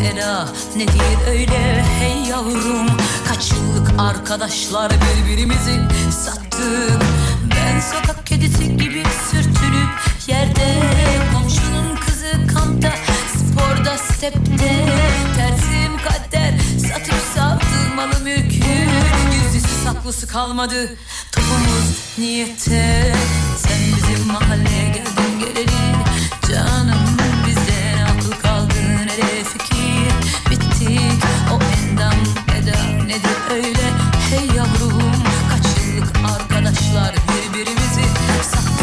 eda nedir öyle hey yavrum? Kaç yıllık arkadaşlar birbirimizi sattık. Ben sokak kedisi gibi sürtünüp yerde, komşunun kızı kampta, sporda, stepte. Tersim kader satıp savdım malı mülkü. Gizlisi saklısı kalmadı topumuz niyette. Sen bizim mahalleye geldin geleli canım, bizden akıl kaldı nereye fikir. Bittik o endam eda nedir öyle hey yavrum? Kaç yıllık arkadaşlar birbirimizi sattık.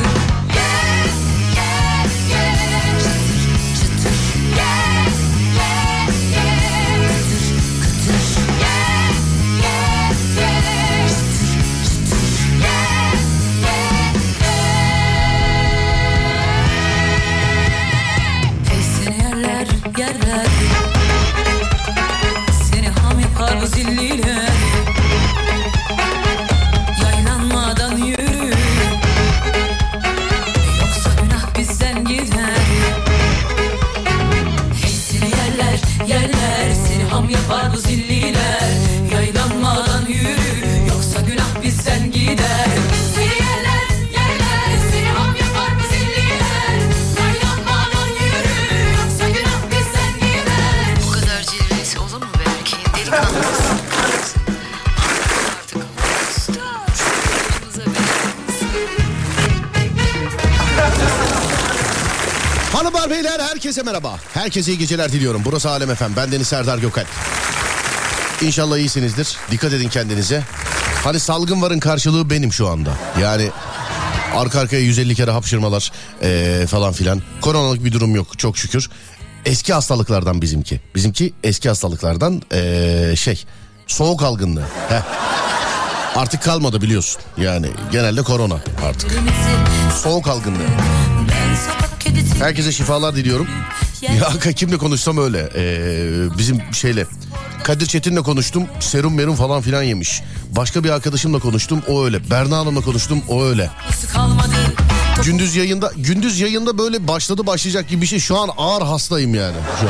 Yerler seni ham yapar bu zilliler. Yaylanmadan yürü, yoksa günah bizden gider. Hey seni yerler seni ham yapar bu zilliler. Yaylanmadan yürü, yoksa günah bizden gider. Hanımlar beyler herkese merhaba. Herkese iyi geceler diliyorum. Burası Alem FM. Bendeniz Serdar Gökalp. İnşallah iyisinizdir. Dikkat edin kendinize. Hani salgın varın karşılığı benim şu anda. Yani arka arkaya 150 kere hapşırmalar falan filan. Koronalık bir durum yok çok şükür. Eski hastalıklardan bizimki. Bizimki eski hastalıklardan soğuk algınlığı. Artık kalmadı biliyorsun. Yani genelde korona artık. Soğuk algınlığı. Herkese şifalar diliyorum. Ya kimle konuşsam öyle. Bizim Kadir Çetin'le konuştum. Serum merum falan filan yemiş. Başka bir arkadaşımla konuştum. O öyle. Berna Hanım'la konuştum. O öyle. Gündüz yayında böyle başlayacak gibi bir şey. Şu an ağır hastayım yani. Şu an.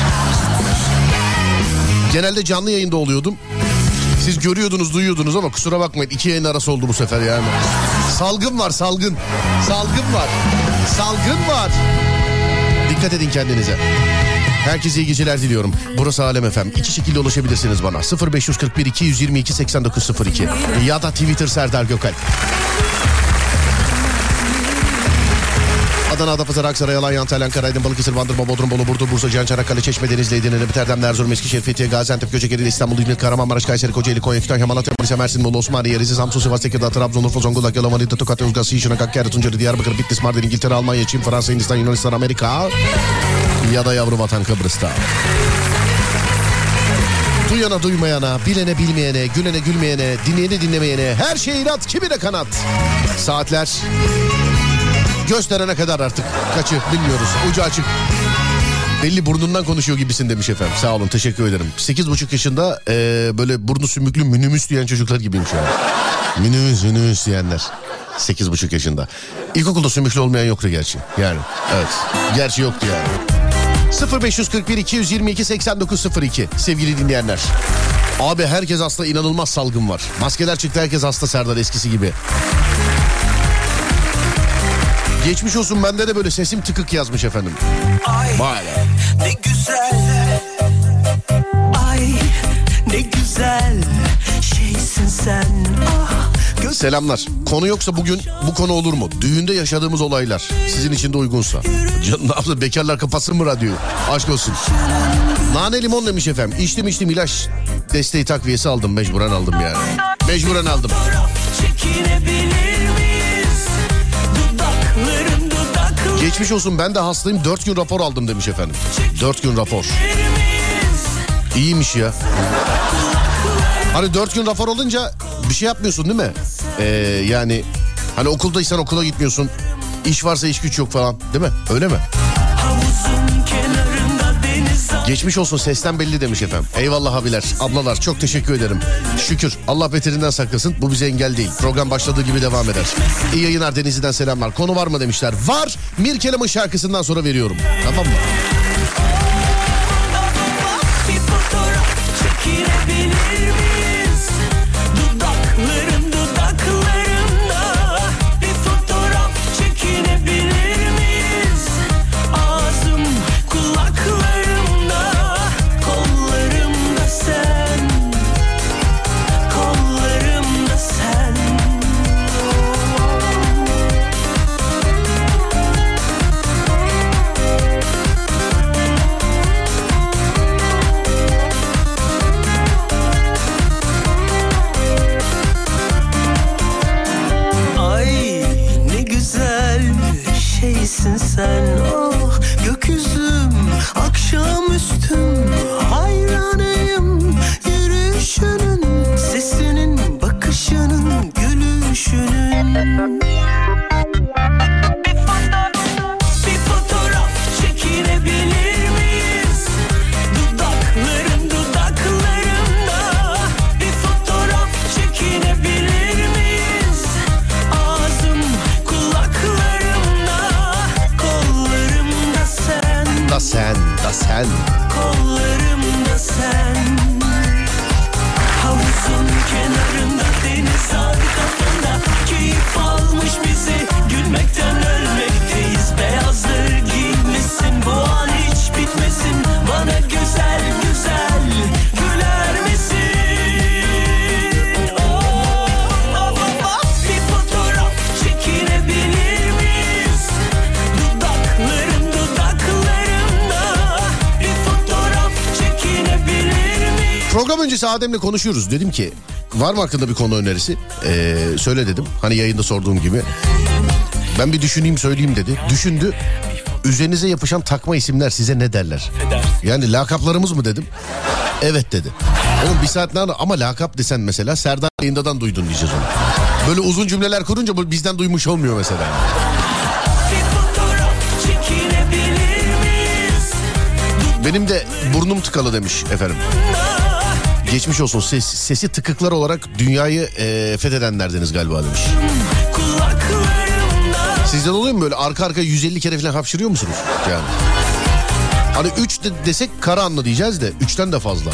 Genelde canlı yayında oluyordum. Siz görüyordunuz, duyuyordunuz ama kusura bakmayın. 2 yayın arası oldu bu sefer yani. Salgın var, salgın. Salgın var. Salgın var. Dikkat edin kendinize. Herkese iyi geceler diliyorum. Burası Alem FM. 2 şekilde ulaşabilirsiniz bana. 0541 222 8902 ya da Twitter Serdar Gökalp. Adana, Adapazarı, Aksaray, Alanya, Antalya, Ankara, Aydın, Balıkesir, Bandırma, Bodrum, Bolu, Burdur, Bursa, Cihan, Çanakkale, Çeşme, Denizli, Edirne, Erdem, Erzurum, Eskişehir, Fethiye, Gaziantep, Göcekeri, İstanbul, İzmir, Kahramanmaraş, Kayseri, Kocaeli, Konya, Kütahya, Malatya, Manisa, Mersin, Bolu, Osmaniye, Rize, Samsun, Sivas, Tekirdağ, Trabzon, Urfa, Zonguldak, Yalova, Manisa, Tokat, Yozgat, Şişli, Hakkari, Tunceli, Diyarbakır, Bitlis, Mardin, İngiltere, Almanya, Çin, Fransa, Hindistan, Yunanistan, Amerika ya da yavru vatan Kıbrıs'ta. Duyana duymayana, bilene bilmeyene, gülene gülmeyene, dinleyene dinlemeyene, her şey inat, kimine kanat. Saatler gösterene kadar artık kaçı bilmiyoruz, ucu açık. Belli burnundan konuşuyor gibisin demiş efendim. Sağ olun, teşekkür ederim. 8,5 yaşında böyle burnu sümüklü minibüs diyen çocuklar gibiyim şu an. Minibüs diyenler. 8,5 yaşında. İlkokulda sümüklü olmayan yoktu gerçi. Yani evet, gerçi yoktu yani. 0541 222 8902 sevgili dinleyenler. Abi herkes hasta, inanılmaz salgın var. Maskeler çıktı, herkes hasta Serdar, eskisi gibi. Geçmiş olsun, bende de böyle sesim tıkık yazmış efendim. Vay be. Ne güzel. Ay ne güzel şeysin sen. Selamlar. Konu yoksa bugün bu konu olur mu? Düğünde yaşadığımız olaylar sizin için de uygunsa. Canım ne yapsın, bekarlar kapatsın mı radyoyu? Aşk olsun. Nane limon demiş efendim. İçtim ilaç desteği takviyesi aldım, mecburen aldım yani. Mecburen aldım. Geçmiş olsun, ben de hastayım, 4 gün rapor aldım demiş efendim. 4 gün rapor. İyiymiş ya. Hani 4 gün rapor olunca bir şey yapmıyorsun değil mi? Yani hani okuldaysan okula gitmiyorsun. İş varsa iş güç yok falan, değil mi? Öyle mi? Geçmiş olsun, sesten belli demiş efendim. Eyvallah abiler, ablalar, çok teşekkür ederim. Şükür Allah beterinden saklasın, bu bize engel değil. Program başladığı gibi devam eder. İyi yayınlar, Denizli'den selamlar. Konu var mı demişler. Var, Mirkelam'ın şarkısından sonra veriyorum. Tamam mı? çekinebilir miyiz? Dudaklarım dudaklarımda, bir fotoğraf çekinebilir miyiz? Ağzım kulaklarımda, kollarımda sen, kollarımda sen. Ay ne güzel şeysin sen, oh gökyüzüm, akşamüstüm, hayranıyım yürüyüşünün, sesinin, bakışının, gülüşünün. Bir fotoğraf çekinebilir miyiz? Dudaklarım dudaklarımda, bir fotoğraf çekinebilir miyiz? Ağzım kulaklarımda, kollarımda sen, Da sen. kollarımda sen. Havuzun kenarında, deniz arkasında, keyif almış bizi, gülmekten ölmekteyiz. Beyazdır giymişsin, bu an hiç bitmesin, bana güzel güzel güler misin? Bir fotoğraf çekinebilir miyiz? Dudaklarım dudaklarımda, bir fotoğraf çekinebilir miyiz? Program öncesi Adem'le konuşuyoruz. Dedim ki var mı hakkında bir konu önerisi? Söyle dedim. Hani yayında sorduğum gibi. Ben bir düşüneyim söyleyeyim dedi. Düşündü. Üzerinize yapışan takma isimler size ne derler? Yani lakaplarımız mı dedim. Evet dedi. Oğlum bir saat ne ama lakap desen mesela Serdar yayındadan duydun diyeceğiz onu. Böyle uzun cümleler kurunca bu bizden duymuş olmuyor mesela. Bir fotoğraf çekinebilir miyiz? Benim de burnum tıkalı demiş efendim. Geçmiş olsun, sesi tıkıklar olarak dünyayı fethedenlerdeniz galiba demiş. Kulaklarımda. Sizden oluyor mu böyle arka arkaya 150 kere falan hapşırıyor musunuz? Yani. Hani 3 desek Karahanlı diyeceğiz de 3'ten de fazla.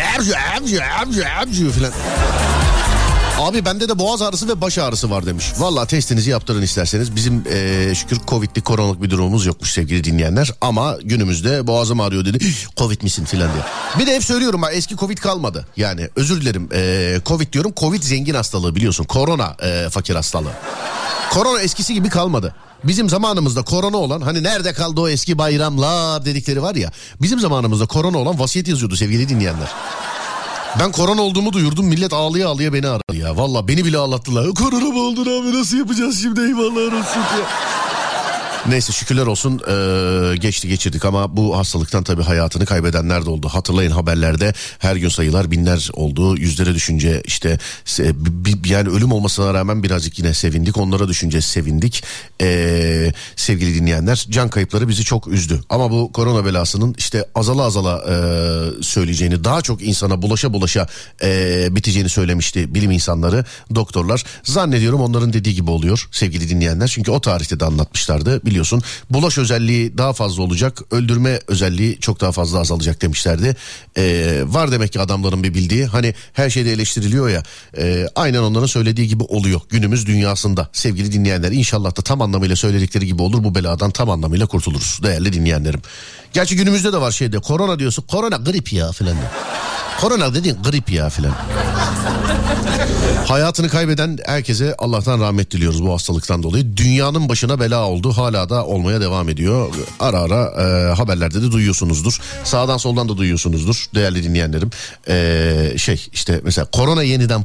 Falan. Abi bende de boğaz ağrısı ve baş ağrısı var demiş. Vallahi testinizi yaptırın isterseniz. Bizim şükür Covid'li koronalık bir durumumuz yokmuş sevgili dinleyenler. Ama günümüzde boğazım ağrıyor dedi. Covid misin filan diye. Bir de hep söylüyorum eski Covid kalmadı. Yani özür dilerim Covid diyorum. Covid zengin hastalığı biliyorsun. Korona fakir hastalığı. Korona eskisi gibi kalmadı. Bizim zamanımızda korona olan hani nerede kaldı o eski bayramlar dedikleri var ya. Bizim zamanımızda korona olan vasiyet yazıyordu sevgili dinleyenler. Ben korona olduğumu duyurdum, millet ağlıya ağlıya beni aradı ya. Valla beni bile ağlattılar. Korona mı oldun abi, nasıl yapacağız şimdi, eyvallah olsun ya. Neyse şükürler olsun geçirdik ama bu hastalıktan tabii hayatını kaybedenler de oldu. Hatırlayın haberlerde her gün sayılar binler oldu. Yüzlere düşünce işte yani ölüm olmasına rağmen birazcık yine sevindik. Onlara düşünce sevindik. Sevgili dinleyenler, can kayıpları bizi çok üzdü. Ama bu korona belasının işte azala söyleyeceğini, daha çok insana bulaşa biteceğini söylemişti bilim insanları, doktorlar. Zannediyorum onların dediği gibi oluyor sevgili dinleyenler. Çünkü o tarihte de anlatmışlardı. Biliyorsun bulaş özelliği daha fazla olacak, öldürme özelliği çok daha fazla azalacak demişlerdi. Var demek ki adamların bir bildiği, hani her şeyde eleştiriliyor ya, aynen onların söylediği gibi oluyor günümüz dünyasında sevgili dinleyenler. İnşallah da tam anlamıyla söyledikleri gibi olur, bu beladan tam anlamıyla kurtuluruz değerli dinleyenlerim. Gerçi günümüzde de var şeyde, korona diyorsun, korona grip ya filan. Korona dediğin grip ya filan. Hayatını kaybeden herkese Allah'tan rahmet diliyoruz bu hastalıktan dolayı. Dünyanın başına bela oldu, hala da olmaya devam ediyor. Ara ara haberlerde de duyuyorsunuzdur. Sağdan soldan da duyuyorsunuzdur değerli dinleyenlerim. İşte mesela korona yeniden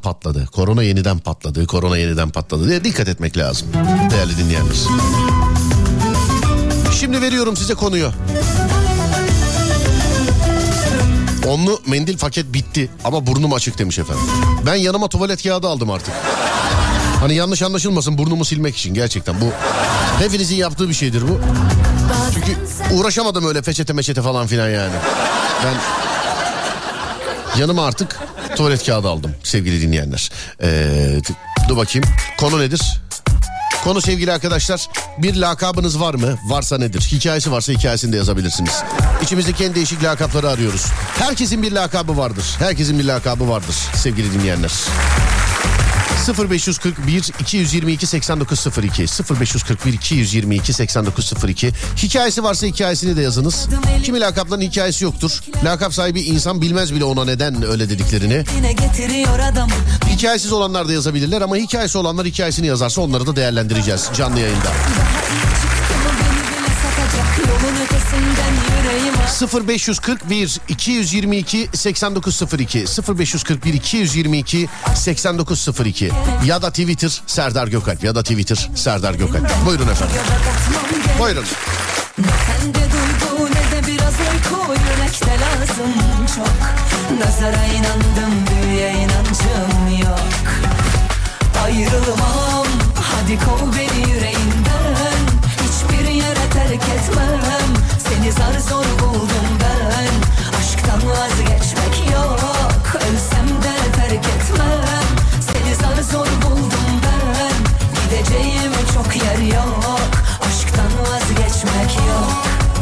patladı diye dikkat etmek lazım değerli dinleyenler. Şimdi veriyorum size konuyu. Onlu mendil paket bitti ama burnum açık demiş efendim. Ben yanıma tuvalet kağıdı aldım artık. Hani yanlış anlaşılmasın, burnumu silmek için gerçekten. Bu hepinizin yaptığı bir şeydir bu. Çünkü uğraşamadım öyle peçete falan filan yani. Ben yanıma artık tuvalet kağıdı aldım sevgili dinleyenler. Dur bakayım, konu nedir? Konu sevgili arkadaşlar, bir lakabınız var mı? Varsa nedir? Hikayesi varsa hikayesini de yazabilirsiniz. İçimizdeki en değişik lakapları arıyoruz. Herkesin bir lakabı vardır. Herkesin bir lakabı vardır sevgili dinleyenler. 0541 222 8902 0541 222 8902 hikayesi varsa hikayesini de yazınız. Kimi lakapların hikayesi yoktur. Lakap sahibi insan bilmez bile ona neden öyle dediklerini. Hikayesiz olanlar da yazabilirler ama hikayesi olanlar hikayesini yazarsa onları da değerlendireceğiz canlı yayında. 0541 222 8902 0541 222 8902 ya da Twitter Serdar Gökalp ya da Twitter Serdar Gökalp. Buyurun efendim. Buyurun. Ne de duygu ne de biraz uyku yürekte lazım çok. Nazara inandım büyüye inancım yok. Ayrılmam hadi kov beni yüreğinden. Hiçbir yere terk etmem. Seni zar zor buldum ben. Aşktan vazgeçmek yok. Ölsem de terk etmem. Seni zar zor buldum ben. Gideceğim çok yer yok. Aşktan vazgeçmek yok.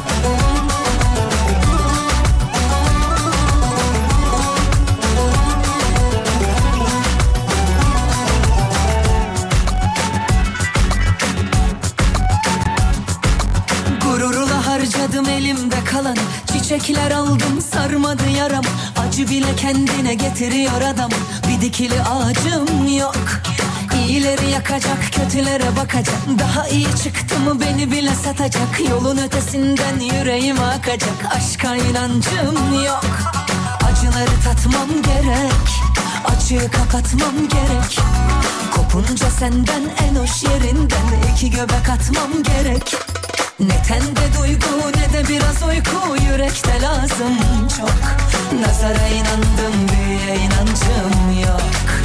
Gururla harcadım elimde kalan. Çiçekler aldım sarmadı yaram. Acı bile kendine getiriyor adam. Bir dikili ağacım yok. İyileri yakacak, kötülere bakacak. Daha iyi çıktı mı beni bile satacak. Yolun ötesinden yüreğim akacak. Aşka inancım yok. Acıları tatmam gerek. Acıyı kapatmam gerek. Kopunca senden en hoş yerinden 2 göbek atmam gerek. Ne tende duygu ne de biraz uyku yürekte lazım çok. Nazara inandım büyüye inancım yok.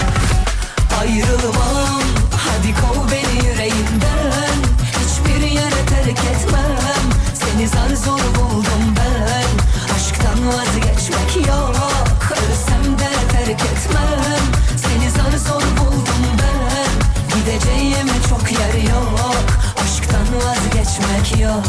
Ayrılmam hadi kov beni yüreğinden. Hiçbir yere terk etmem. Seni zar zor buldum ben. Aşktan vazgeçmek yok. Ölsem de terk etmem. Seni zar zor buldum ben. Gideceğim çok yer yok. Aşktan vazgeçmek yok.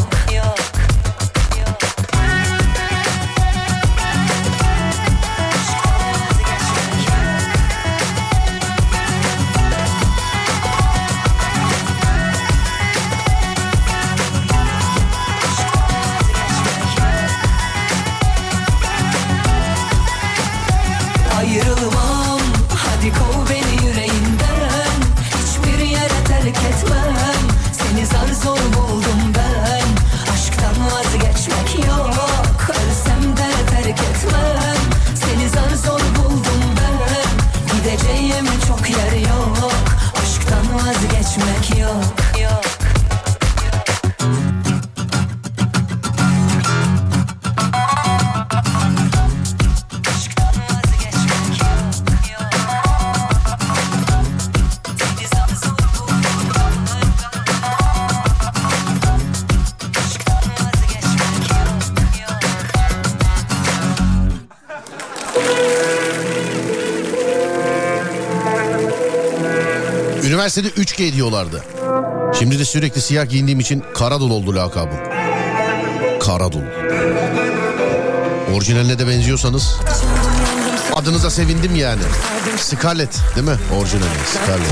Ayrılmam hadi kov beni yüreğinden. Hiçbir yere terk etmem. Seni zar zor buldum ben. Aşktan vazgeçmek yok. Ölsem de terk etmem. Seni zar zor buldum ben. Gideceğim çok yer yok. Aşktan vazgeçmek yok. Üniversitede 3G diyorlardı. Şimdi de sürekli siyah giyindiğim için Karadul oldu lakabım. Karadul. Orijinaline de benziyorsanız adınıza sevindim yani. Scarlett değil mi? Orijinali Scarlett.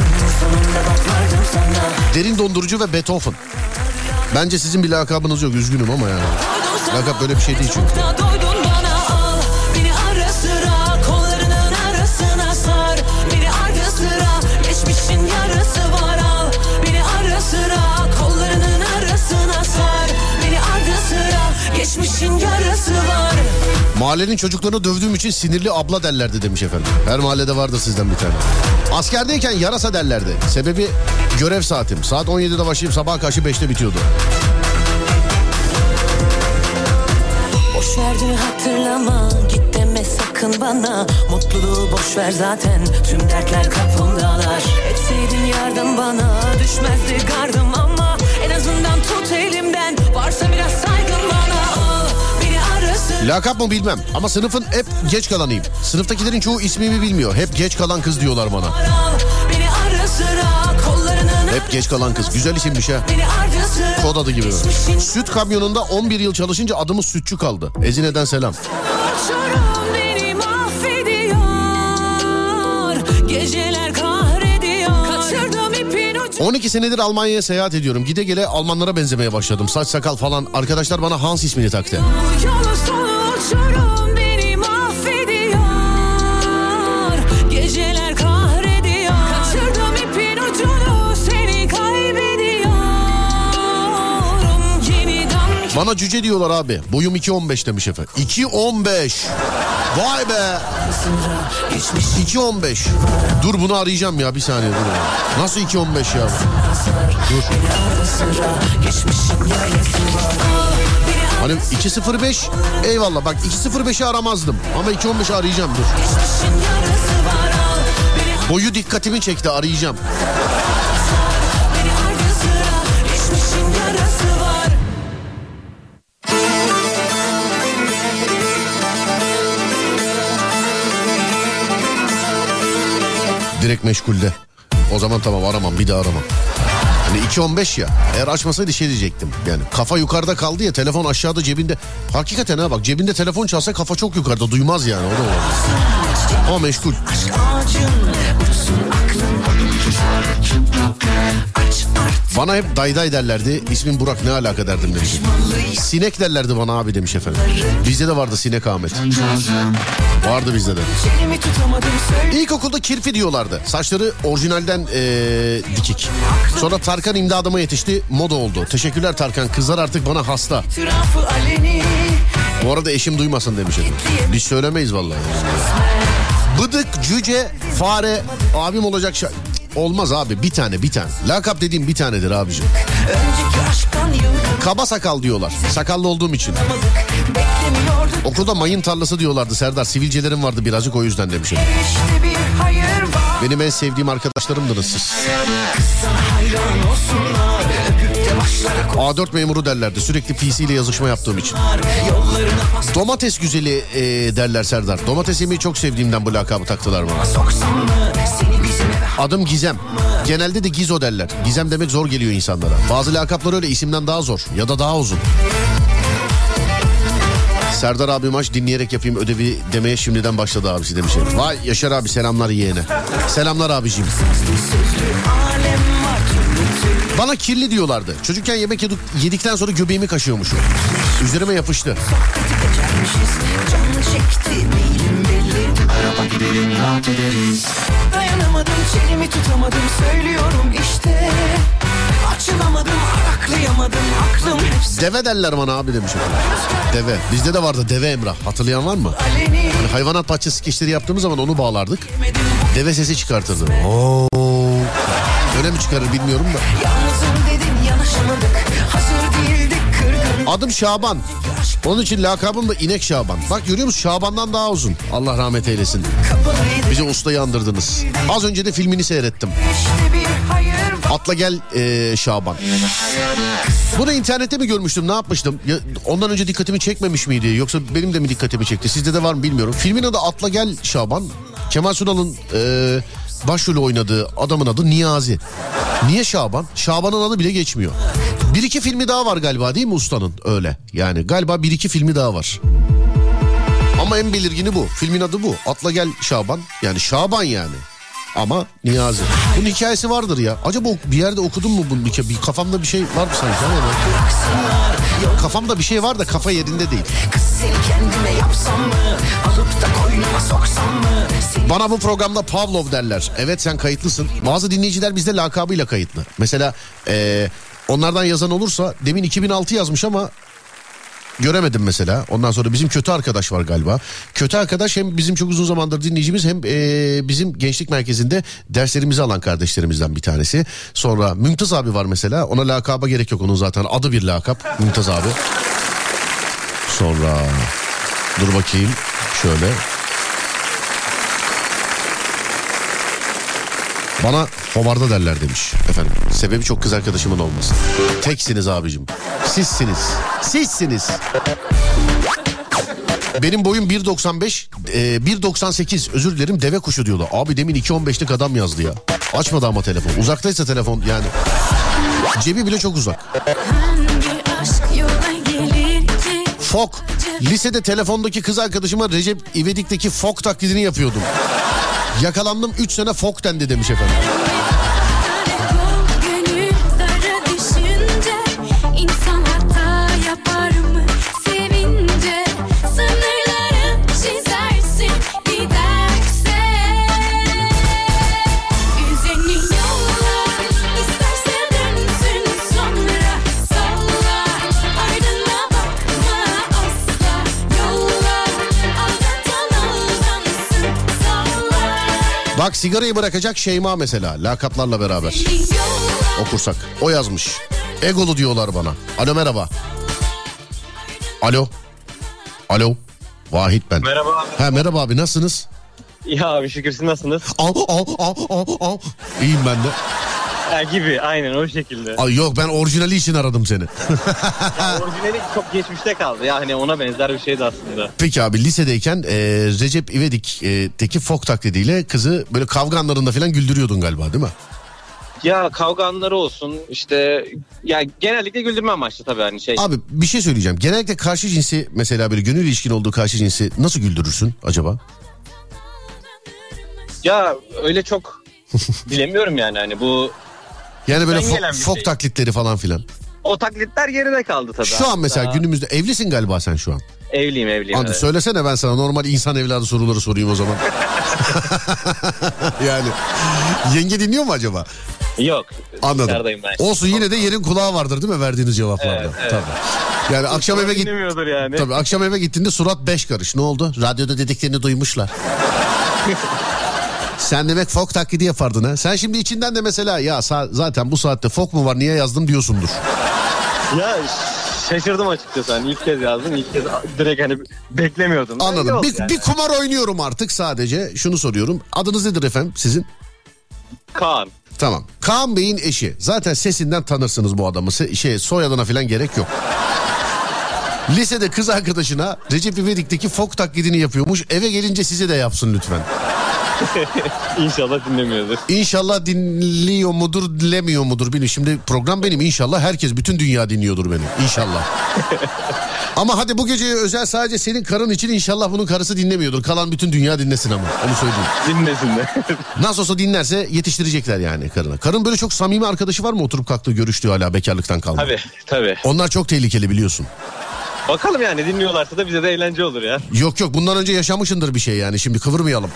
Derin dondurucu ve Beethoven. Bence sizin bir lakabınız yok, üzgünüm ama yani. Lakap böyle bir şey değil çünkü. Geçmişin yarısı var al. Beni ara sıra kollarının arasına sar. Beni ardı sıra geçmişin yarısı var. Mahallenin çocuklarını dövdüğüm için sinirli abla derlerdi demiş efendim. Her mahallede vardır sizden bir tane. Askerdeyken yarasa derlerdi. Sebebi görev saatim. Saat 17'de başlayıp sabaha karşı 5'te bitiyordu. Boş ver dün hatırlama, git deme sakın bana. Mutluluğu boş ver zaten, tüm dertler kapımdalar. Etseydin yardım bana, düşmezdi gardım ama en azından tut elimden, varsa biraz saygın bana. Beni arasın. Lakap mı bilmem ama sınıfın hep geç kalanıyım. Sınıftakilerin çoğu ismimi bilmiyor. Hep geç kalan kız diyorlar bana. Beni ara sıra kollarının Hep geç kalan kız. Güzel isimmiş ha. Kod adı gibi. Süt kamyonunda 11 yıl çalışınca adımız Sütçü kaldı. Ezine'den selam. Beni mahvediyor, geceler kahrediyor. Kaçırdım ipin ucu. 12 senedir Almanya'ya seyahat ediyorum. Gide gele Almanlara benzemeye başladım. Saç sakal falan. Arkadaşlar bana Hans ismini taktı. Bu yolu sonu uçurum beni mahvediyor, geceler kahrediyor. Kaçırdım ipin ucunu, seni kaybediyorum. Yeniden Bana cüce diyorlar abi. Boyum 2.15 demiş efendim. 2.15. Vay be. 2.15. Dur bunu arayacağım ya bir saniye. Dur. Nasıl 2.15 ya? Dur. Hani 2.05 eyvallah bak 2.05'i aramazdım. Ama 2.15'i arayacağım dur. Boyu dikkatimi çekti arayacağım. Direkt meşgulde. O zaman tamam aramam bir daha aramam. Hani 2.15 ya eğer açmasaydı şey diyecektim. Yani kafa yukarıda kaldı ya telefon aşağıda cebinde. Hakikaten ha bak cebinde telefon çalsa kafa çok yukarıda duymaz yani o da olur. Ama meşgul. Bana hep dayday derlerdi. İsmin Burak ne alaka derdim demiş. Sinek derlerdi bana abi demiş efendim. Bizde de vardı Sinek Ahmet. Vardı bizde de. İlkokulda kirpi diyorlardı. Saçları orijinalden dikik. Sonra Tarkan imdadıma yetişti. Moda oldu. Teşekkürler Tarkan. Kızlar artık bana hasta. Bu arada eşim duymasın demiş efendim. Biz söylemeyiz vallahi. Bıdık, cüce, fare abim olacak şey. Olmaz abi bir tane. Lakap dediğim bir tanedir abicim. Kaba sakal diyorlar. Sakallı olduğum için. Okulda mayın tarlası diyorlardı Serdar. Sivilcelerim vardı birazcık o yüzden demişim. Benim en sevdiğim arkadaşlarımdınız siz. A4 memuru derlerdi. Sürekli PC ile yazışma yaptığım için. Domates güzeli derler Serdar. Domates yemeği çok sevdiğimden bu lakabı taktılar bana. Adım Gizem. Genelde de Gizo derler. Gizem demek zor geliyor insanlara. Bazı lakaplar öyle isimden daha zor ya da daha uzun. Serdar abi maç dinleyerek yapayım ödevi demeye şimdiden başladı abisi demiş. Vay Yaşar abi selamlar yeğene. Selamlar abiciğim. Bana kirli diyorlardı. Çocukken yemek yedikten sonra göbeğimi kaşıyormuşum. Üzerime yapıştı. Dayanamadım, çenemi tutamadım, söylüyorum işte. Açılamadım, araklayamadım, aklım hepsi. Deve derler bana abi demiş. Deve. Bizde de vardı Deve Emrah. Hatırlayan var mı? Hani hayvanat bahçesi skeçleri yaptığımız zaman onu bağlardık. Deve sesi çıkartırdı. Oo. Öyle mi çıkarır bilmiyorum da. Yalnızım dedin, yanaşamadık, hazır değildik, kırgın. Adım Şaban. Onun için lakabım da İnek Şaban. Bak görüyor musun Şaban'dan daha uzun. Allah rahmet eylesin. Bize ustayı andırdınız. Az önce de filmini seyrettim. Atla gel Şaban. Bunu internette mi görmüştüm ne yapmıştım? Ya, ondan önce dikkatimi çekmemiş miydi? Yoksa benim de mi dikkatimi çekti? Sizde de var mı bilmiyorum. Filmin adı Atla Gel Şaban. Kemal Sunal'ın başrolü oynadığı adamın adı Niyazi. Niye Şaban? Şaban'ın adı bile geçmiyor. 1-2 filmi daha var galiba değil mi ustanın? Öyle. Yani galiba 1-2 filmi daha var. Ama en belirgini bu. Filmin adı bu. Atla Gel Şaban. Yani Şaban yani. Ama Niyazi. Bunun hikayesi vardır ya. Acaba bir yerde okudun mu bunu? Bir kafamda bir şey var mı sanki? Kafamda bir şey var da kafa yerinde değil. Bana bu programda Pavlov derler. Evet sen kayıtlısın. Bazı dinleyiciler bizde lakabıyla kayıtlı. Mesela onlardan yazan olursa demin 2006 yazmış ama göremedim mesela. Ondan sonra bizim kötü arkadaş var galiba. Kötü arkadaş hem bizim çok uzun zamandır dinleyicimiz hem bizim gençlik merkezinde derslerimizi alan kardeşlerimizden bir tanesi. Sonra Mümtaz abi var mesela. Ona lakaba gerek yok onun zaten adı bir lakap. Mümtaz abi. Sonra dur bakayım şöyle. Bana hovarda derler demiş efendim. Sebebi çok kız arkadaşımın olması. Teksiniz abicim. Sizsiniz. Benim boyum 1.95, 1.98 özür dilerim, deve kuşu diyorlar. Abi demin 2.15'lik adam yazdı ya. Açmadı ama telefon. Uzaktaysa telefon yani. Cebi bile çok uzak. Fok. Lisede telefondaki kız arkadaşıma Recep İvedik'teki Fok taklidini yapıyordum. Yakalandım 3 sene Fok dendi demiş efendim. Bak sigarayı bırakacak Şeyma mesela, lakaplarla beraber okursak. O yazmış. Egolu diyorlar bana. Alo merhaba. Alo. Alo. Vahit ben. Merhaba abi. Ha merhaba abi, nasılsınız? Ya abi şükür, siz nasılsınız? İyiyim ben de. Ha, gibi aynen o şekilde. Ay yok, ben orijinali için aradım seni. Orijinali çok geçmişte kaldı ya, hani ona benzer bir şeydi aslında. Peki abi, lisedeyken Recep İvedik'teki Fok taklidiyle kızı böyle kavga anlarında falan güldürüyordun galiba, değil mi? Ya kavga anları olsun işte, ya genellikle güldürme amaçlı tabii hani şey. Abi bir şey söyleyeceğim. Genellikle karşı cinsi, mesela böyle gönül ilişkin olduğu karşı cinsi nasıl güldürürsün acaba? Ya öyle çok bilemiyorum yani, hani bu. Yani böyle fok şey. taklitleri falan filan. O taklitler geride kaldı tabii. Şu an mesela günümüzde evlisin galiba sen şu an. Evliyim. Hadi evet. Söylesene, ben sana normal insan evladı soruları sorayım o zaman. Yani yenge dinliyor mu acaba? Yok. Anladım. Ben. Olsun, yine de yerin kulağı vardır değil mi verdiğiniz cevaplarda? Evet. Tabii. Yani akşam eve yani. Tabii akşam eve gittiğinde surat 5 karış. Ne oldu? Radyoda dediklerini duymuşlar. Sen demek Fok taklidi yapardın ha. Sen şimdi içinden de mesela ya zaten bu saatte Fok mu var, niye yazdım diyorsundur. Ya şaşırdım açıkçası, hani ilk kez yazdım, ilk kez direkt hani beklemiyordum. Anladım. Bir kumar oynuyorum artık sadece. Şunu soruyorum. Adınız nedir efendim sizin? Kaan. Tamam. Kaan Bey'in eşi. Zaten sesinden tanırsınız bu adamı. Soyadına falan gerek yok. Lisede kız arkadaşına Recep İvedik'teki Fok taklidini yapıyormuş. Eve gelince size de yapsın lütfen. İnşallah dinlemiyordur. İnşallah dinliyor mudur, dinlemiyor mudur bilmiyorum. Şimdi program benim, inşallah herkes, bütün dünya dinliyordur beni. İnşallah. Ama hadi bu geceye özel sadece senin karın için inşallah bunun karısı dinlemiyordur. Kalan bütün dünya dinlesin ama. Onu söyleyeyim. Dinlesin de. Nasıl olsa dinlerse yetiştirecekler yani karına. Karın böyle çok samimi arkadaşı var mı, oturup kalktığı, görüştüğü hala bekarlıktan kalma? Tabii. Onlar çok tehlikeli biliyorsun. Bakalım yani, dinliyorlarsa da bize de eğlence olur ya. Yok bundan önce yaşamışındır bir şey yani, şimdi kıvırmayalım.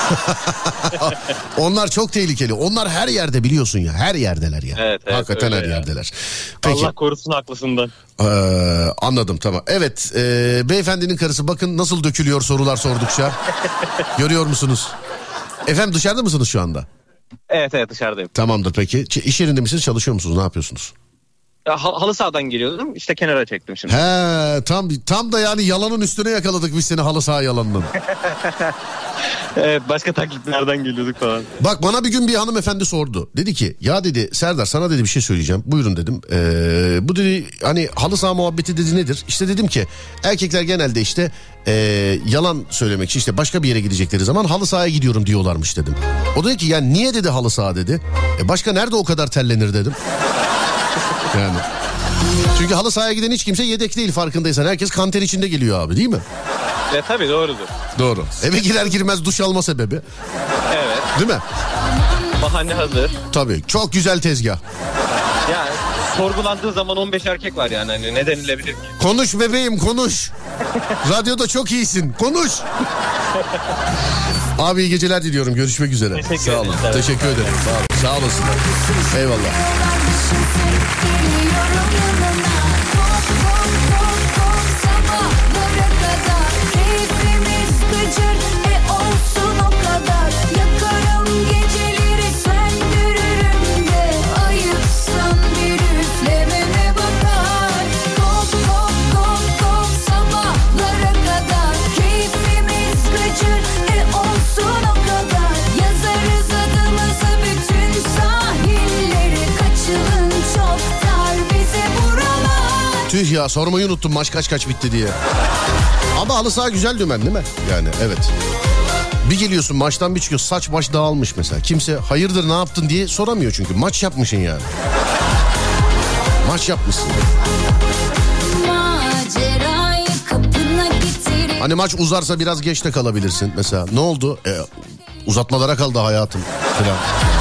Onlar çok tehlikeli. Onlar her yerde biliyorsun ya, her yerdeler ya. Evet, hakikaten her yerdeler. Peki. Allah korusun haklısından. Anladım, tamam. Evet, beyefendinin karısı bakın nasıl dökülüyor sorular sordukça. Görüyor musunuz? Efendim dışarıda mısınız şu anda? Evet dışarıdayım. Tamamdır peki. İş yerinde misiniz, çalışıyor musunuz, ne yapıyorsunuz? Ya, halı sahadan geliyordum, işte kenara çektim şimdi. Tam da yani yalanın üstüne yakaladık biz seni, halı saha yalanının. Evet, başka taklitlerden geliyorduk falan. Bak bana bir gün bir hanımefendi sordu. Dedi ki ya dedi Serdar, sana dedi bir şey söyleyeceğim. Buyurun dedim. Bu dedi hani halı saha muhabbeti dedi nedir? İşte dedim ki erkekler genelde işte yalan söylemek için işte başka bir yere gidecekleri zaman halı sahaya gidiyorum diyorlarmış dedim. O dedi ki yani niye dedi halı saha dedi. Başka nerede o kadar terlenir dedim. Yani. Çünkü halı sahaya giden hiç kimse yedek değil, farkındaysan. Herkes kanter içinde geliyor abi, değil mi? Tabii doğrudur. Doğru. Eve girer girmez duş alma sebebi. Evet. Değil mi? Bahane hazır. Tabii. Çok güzel tezgah. Ya sorgulandığı zaman 15 erkek var yani, hani ne denilebilir ki? Konuş bebeğim konuş. Radyoda çok iyisin. Konuş. Abi iyi geceler diliyorum. Görüşmek üzere. Sağ olun. Teşekkür ederim. Sağ olasın. Eyvallah. Tüh ya, sormayı unuttum maç kaç bitti diye. Ama halı saha güzel dümen değil mi? Yani evet. Bir geliyorsun maçtan bir çıkıyor, saç baş dağılmış mesela. Kimse hayırdır ne yaptın diye soramıyor çünkü. Maç yapmışsın yani. Maç yapmışsın. Hani maç uzarsa biraz geç de kalabilirsin mesela. Ne oldu? Uzatmalara kaldı hayatım falan.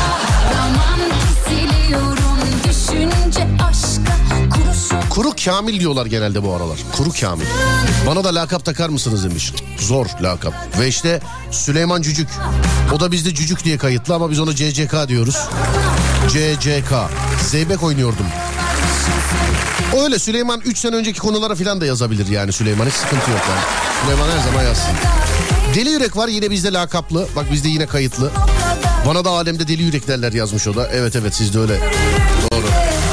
Kuru Kamil diyorlar genelde bu aralar. Kuru Kamil. Bana da lakap takar mısınız demiş. Zor lakap. Ve işte Süleyman Cücük. O da bizde Cücük diye kayıtlı ama biz ona CCK diyoruz. CCK. Zeybek oynuyordum. O öyle Süleyman 3 sene önceki konulara falan da yazabilir yani Süleyman. Hiç sıkıntı yok yani. Süleyman her zaman yazsın. Deli Yürek var yine bizde lakaplı. Bak bizde yine kayıtlı. Bana da alemde Deli Yürek derler yazmış o da. Evet sizde öyle. Doğru.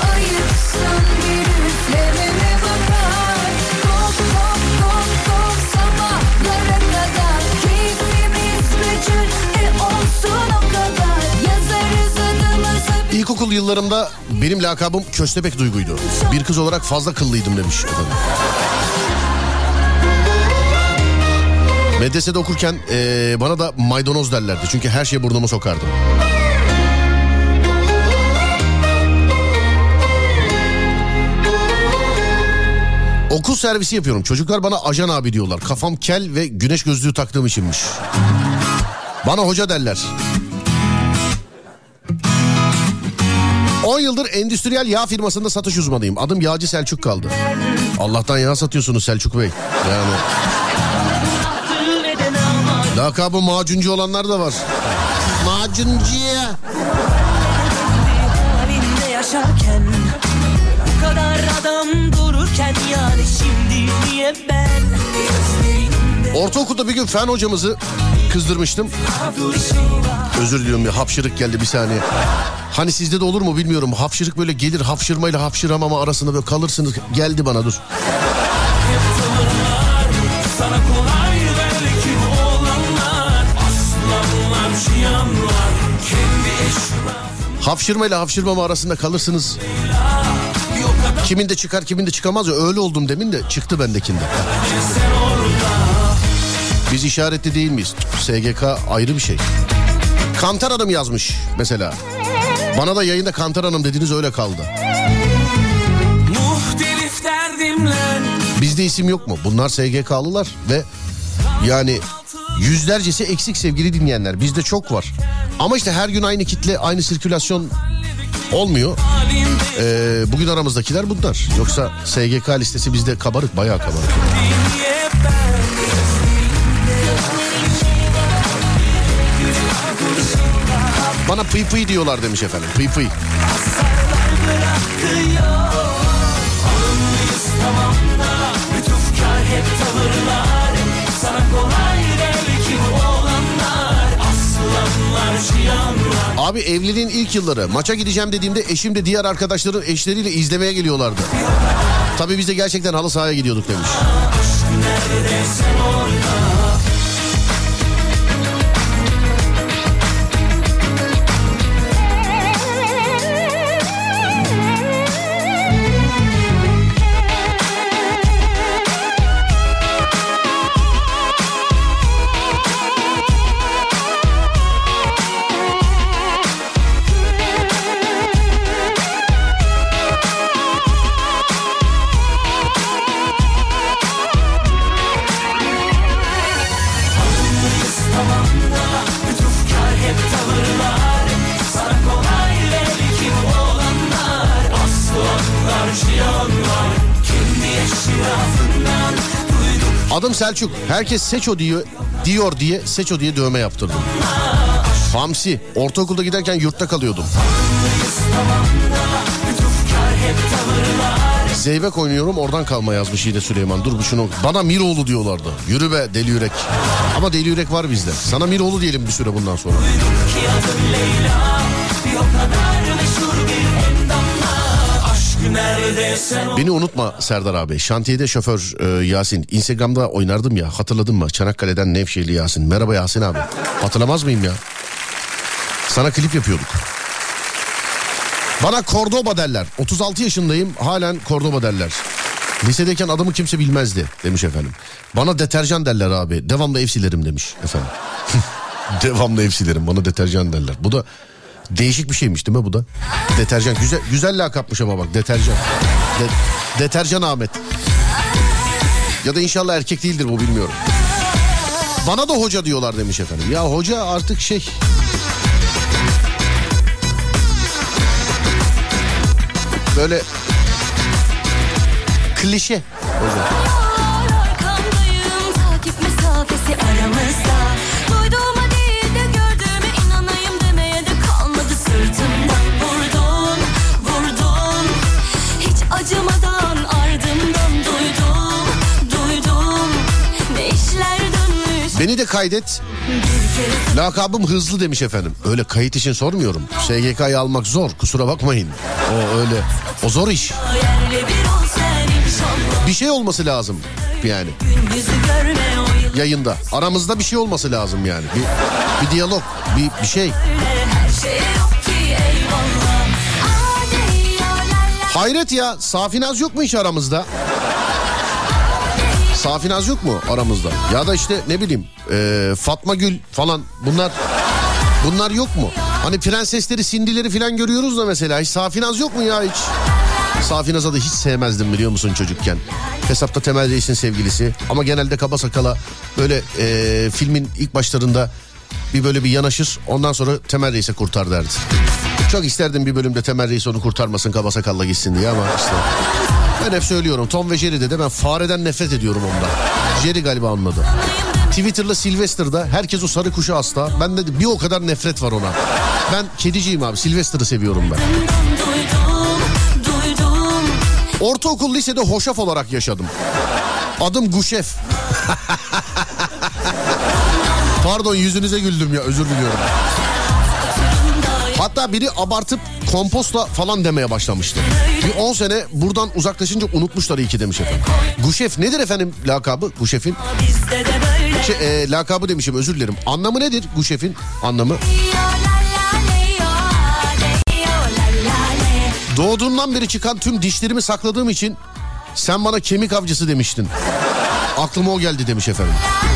İlkokul yıllarımda benim lakabım Köstebek Duygu'ydu. Bir kız olarak fazla kıllıydım demiş efendim. Medresede okurken bana da maydanoz derlerdi. Çünkü her şeyi burnuma sokardım. Okul servisi yapıyorum. Çocuklar bana ajan abi diyorlar. Kafam kel ve güneş gözlüğü taktığım içinmiş. Bana hoca derler. 10 yıldır endüstriyel yağ firmasında satış uzmanıyım. Adım Yağcı Selçuk kaldı. Allah'tan yağ satıyorsunuz Selçuk Bey. Yani. Lakabı macuncu olanlar da var. Macuncuya. Yaşarken, bu kadar adam dururken yani şimdi niye ben? Ortaokulda bir gün fen hocamızı kızdırmıştım. Özür diliyorum ya, hapşırık geldi bir saniye. Hani sizde de olur mu bilmiyorum. Hapşırık böyle gelir, hapşırmayla hapşıramama arasında böyle kalırsınız. Geldi bana, dur. Hapşırmayla hapşırmama arasında kalırsınız. Kimin de çıkar kimin de çıkamaz ya, öyle oldum demin de çıktı bendekinde. Biz işaretli değil miyiz? SGK ayrı bir şey. Kantar Hanım yazmış mesela. Bana da yayında Kantar Hanım dediniz, öyle kaldı. Bizde isim yok mu? Bunlar SGK'lılar ve yani yüzlercesi eksik sevgili dinleyenler. Bizde çok var. Ama işte her gün aynı kitle, aynı sirkülasyon olmuyor. Bugün aramızdakiler bunlar. Yoksa SGK listesi bizde kabarık, bayağı kabarık. Bana pıy pıy diyorlar demiş efendim. Pıy pıy. Abi evliliğin ilk yılları maça gideceğim dediğimde eşim de diğer arkadaşların eşleriyle izlemeye geliyorlardı. Tabii biz de gerçekten halı sahaya gidiyorduk demiş. Adım Selçuk. Herkes Seço diyor diye Seço diye dövme yaptırdım. Hamsi. Ortaokulda giderken yurtta kalıyordum. Zeybek oynuyorum, oradan kalma yazmış yine Süleyman. Dur bu şunu. Bana Miroğlu diyorlardı. Yürü be Deli Yürek. Ama Deli Yürek var bizde. Sana Miroğlu diyelim bir süre bundan sonra. Beni unutma Serdar abi. Şantiyede şoför Yasin. Instagram'da oynardım ya, hatırladın mı? Çanakkale'den Nevşehirli Yasin. Merhaba Yasin abi. Hatırlamaz mıyım ya? Sana klip yapıyorduk. Bana Cordoba derler. 36 yaşındayım, halen Cordoba derler. Lisedeyken adımı kimse bilmezdi demiş efendim. Bana deterjan derler abi. Devamlı ev silerim demiş efendim. Devamlı ev silerim, bana deterjan derler. Bu da değişik bir şeymiş değil mi bu da? Deterjan güzel lakapmış ama bak, deterjan. Deterjan Ahmet. Ya da inşallah erkek değildir bu, bilmiyorum. Bana da hoca diyorlar demiş efendim. Ya hoca artık şey... Böyle klişe. Arkamdayım, takip mesafesi aramızda. Duyduğuma değil de gördüğüme inanayım demeye de kalmadı sırtımda. Vurdun, hiç acımadan ardımdan duydum. Ne işler dönmüş. Beni de kaydet. Lakabım Hızlı demiş efendim. Öyle kayıt için sormuyorum. SGK'yı almak zor, kusura bakmayın. O öyle. O zor iş. Bir şey olması lazım yani. Yayında. Aramızda bir şey olması lazım yani. Bir diyalog, bir şey. Hayret ya, Safinaz yok mu hiç aramızda? Safinaz yok mu aramızda? Ya da işte ne bileyim Fatma Gül falan, bunlar yok mu? Hani prensesleri, sindileri falan görüyoruz da mesela, hiç Safinaz yok mu ya hiç? Safinaz'ı da hiç sevmezdim biliyor musun çocukken. Hesapta Temel Reis'in sevgilisi ama genelde kaba sakala böyle filmin ilk başlarında böyle bir yanaşır, ondan sonra Temel Reis'e kurtar derdi. Çok isterdim bir bölümde Temel Reis onu kurtarmasın, kaba sakalla gitsin diye ama işte... Ben hep söylüyorum, Tom ve Jerry'de de ben fareden nefret ediyorum ondan. Jerry galiba anladı. Twitter'la Sylvester'da herkes o sarı kuşa hasta. Ben de bir o kadar nefret var ona. Ben kediciyim abi, Sylvester'ı seviyorum ben. Ortaokul, lisede hoşaf olarak yaşadım. Adım Guşef. Pardon, yüzünüze güldüm ya, özür diliyorum. Hatta biri abartıp kompostla falan demeye başlamıştı. Bir 10 sene buradan uzaklaşınca unutmuşlar iyi ki demiş efendim. Guşef nedir efendim lakabı Guşef'in? Lakabı demişim, özür dilerim. Anlamı nedir Guşef'in anlamı? Doğduğumdan beri çıkan tüm dişlerimi sakladığım için sen bana kemik avcısı demiştin. Aklıma o geldi demiş efendim.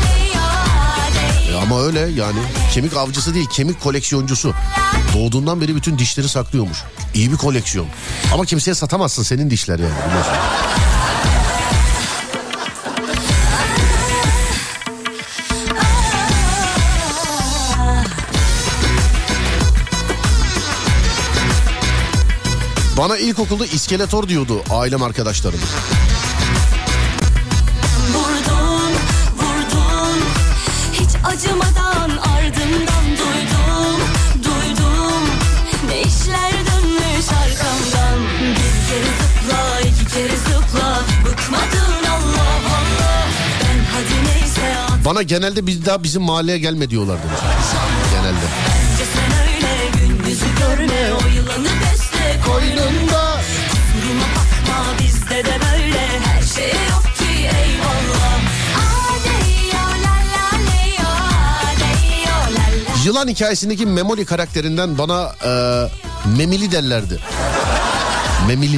Ama öyle yani, kemik avcısı değil, kemik koleksiyoncusu. Doğduğundan beri bütün dişleri saklıyormuş. İyi bir koleksiyon. Ama kimseye satamazsın, senin dişler yani, biliyorsun. Bana ilkokulda iskeletor diyordu ailem, arkadaşlarım. Vurdun, hiç acımadan ardımdan duydum. Ne işler dönmüş arkamdan. Bir kere zıpla, iki kere zıpla. Bıkmadın Allah Allah. Ben hadi neyse at. Bana genelde bir daha bizim mahalleye gelme diyorlar demiş. Genelde. Bence sen öyle gün yüzü görme. O yılanı besle koynunda. Kusuruma bakma, bizde de böyle. Her şey yok ki eyvallah. Yılan hikayesindeki Memoli karakterinden bana Memili derlerdi. Memili.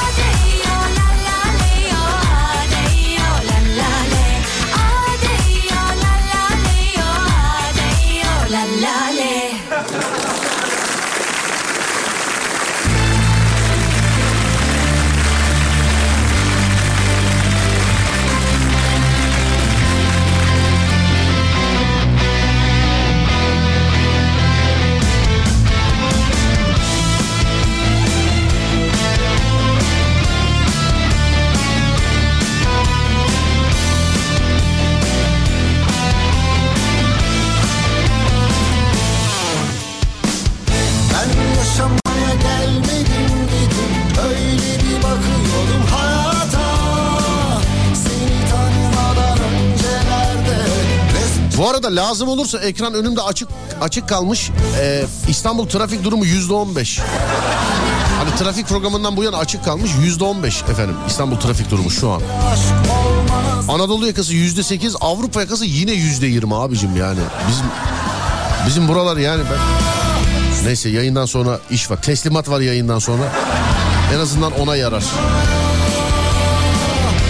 Bu arada lazım olursa ekran önümde açık kalmış. İstanbul trafik durumu %15. Hani trafik programından bu yana açık kalmış, %15 efendim İstanbul trafik durumu şu an. Anadolu yakası %8, Avrupa yakası yine %20 abicim yani. Bizim buralar yani neyse, yayından sonra iş var. Teslimat var yayından sonra. En azından ona yarar.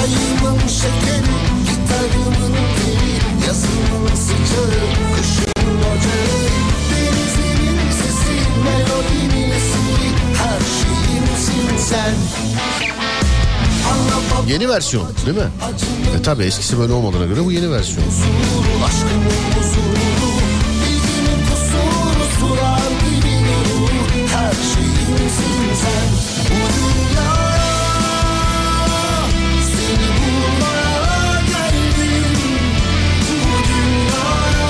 Çayımın şekeri, gitarımın peri, yazımın sıcağı, kışın ocağı. Denizimin sesi, melodimin esiri, her şeyimsin sen. Yeni versiyon değil mi? Tabi eskisi böyle olmadığına göre bu yeni versiyon. Aşkımın huzuru, bilginin kusuru, sular gibi nuru, her şeyimsin sen. Bu dünyaya seni bulmaya geldim. Bu dünyaya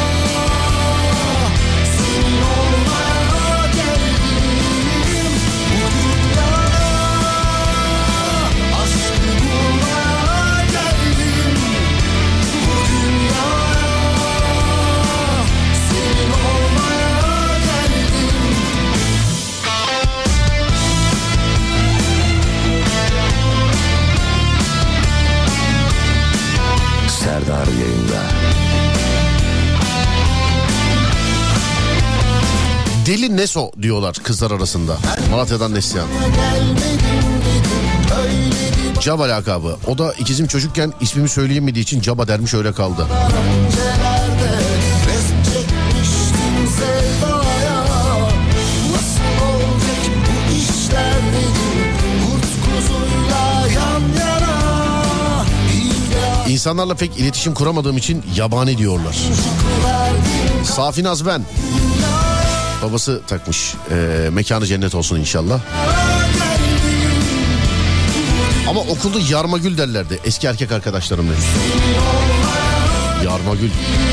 senin olmaya geldim. Bu dünyaya aşkı bulmaya geldim. Bu dünyaya senin olmaya geldim. Serdar yayında. Deli Neso diyorlar kızlar arasında. Malatya'dan Neslihan. Caba lakabı. O da ikizim çocukken ismimi söyleyemediği için Caba dermiş, öyle kaldı. Öncelerde resim çekmiştim sevdaya. Nasıl olacak bu işler dedim, kurt kuzuyla yan yana. Bir İnsanlarla pek iletişim kuramadığım için yabani diyorlar. Safi Naz ben. Babası takmış. Mekanı cennet olsun inşallah. Ama okulda Yarmagül derlerdi eski erkek arkadaşlarım demiş. Yarmagül.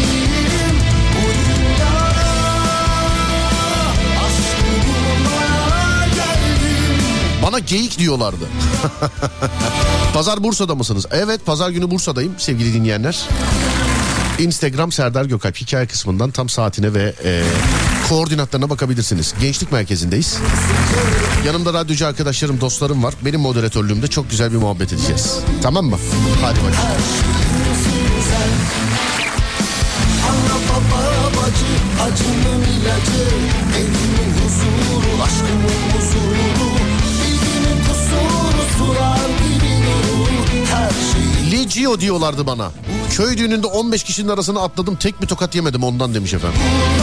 Bana geyik diyorlardı. Pazar Bursa'da mısınız? Evet, pazar günü Bursa'dayım sevgili dinleyenler. Instagram Serdar Gökalp hikaye kısmından tam saatine ve koordinatlarına bakabilirsiniz. Gençlik merkezindeyiz. Yanımda radyocu arkadaşlarım, dostlarım var. Benim moderatörlüğümde çok güzel bir muhabbet edeceğiz. Tamam mı? Hadi bakalım. ana baba bacı, acımın ilacı, evimin huzuru, aşkımın huzuru, bilginin kusuru, sular gibi nuru, her şeyi. Legio diyorlardı bana. Köy düğününde 15 kişinin arasına atladım, tek bir tokat yemedim ondan demiş efendim.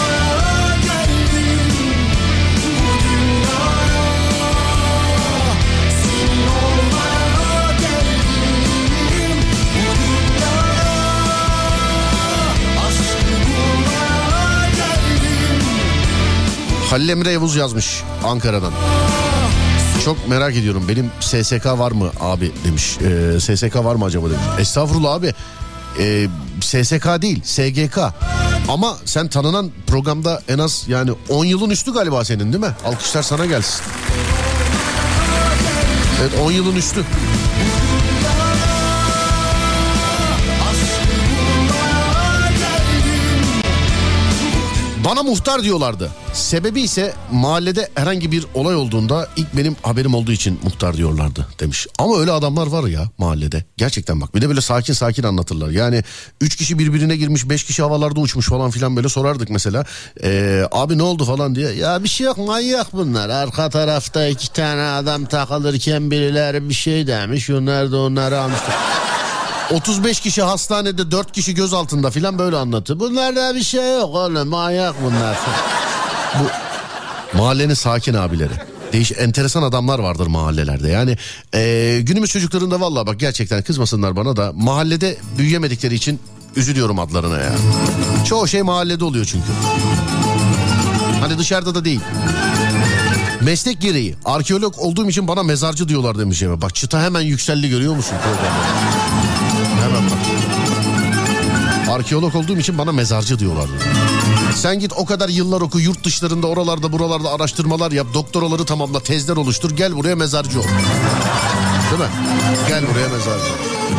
Halil Emre Yavuz yazmış Ankara'dan. Çok merak ediyorum, benim SSK var mı abi demiş. SSK var mı acaba demiş. Estağfurullah abi. SSK değil, SGK. Ama sen tanınan programda en az yani 10 yılın üstü galiba senin, değil mi? Alkışlar sana gelsin. Evet, 10 yılın üstü. Bana muhtar diyorlardı. Sebebi ise mahallede herhangi bir olay olduğunda ilk benim haberim olduğu için muhtar diyorlardı demiş. Ama öyle adamlar var ya mahallede. Gerçekten bak, bir de böyle sakin sakin anlatırlar. Yani 3 kişi birbirine girmiş, 5 kişi havalarda uçmuş falan filan, böyle sorardık mesela. Abi ne oldu falan diye. Ya bir şey yok, manyak bunlar. Arka tarafta 2 tane adam takılırken birileri bir şey demiş. Onlar da onları almışlar. 35 kişi hastanede, 4 kişi gözaltında filan, böyle anlatıyor. Bunlarda bir şey yok oğlum, manyak bunlar. Bu mahallenin sakin abileri. Enteresan adamlar vardır mahallelerde. Yani günümüz çocuklarında vallahi bak, gerçekten kızmasınlar bana da, mahallede büyüyemedikleri için üzülüyorum adlarına ya. Çoğu şey mahallede oluyor çünkü. Hani dışarıda da değil. Meslek gereği arkeolog olduğum için bana mezarcı diyorlar demiş ya. Bak çıta hemen yükseldi, görüyor musun? Hemen bak. Arkeolog olduğum için bana mezarcı diyorlar. Sen git o kadar yıllar oku, yurt dışlarında, oralarda buralarda araştırmalar yap, doktoraları tamamla, tezler oluştur, gel buraya mezarcı ol. Değil mi? Gel buraya mezarcı.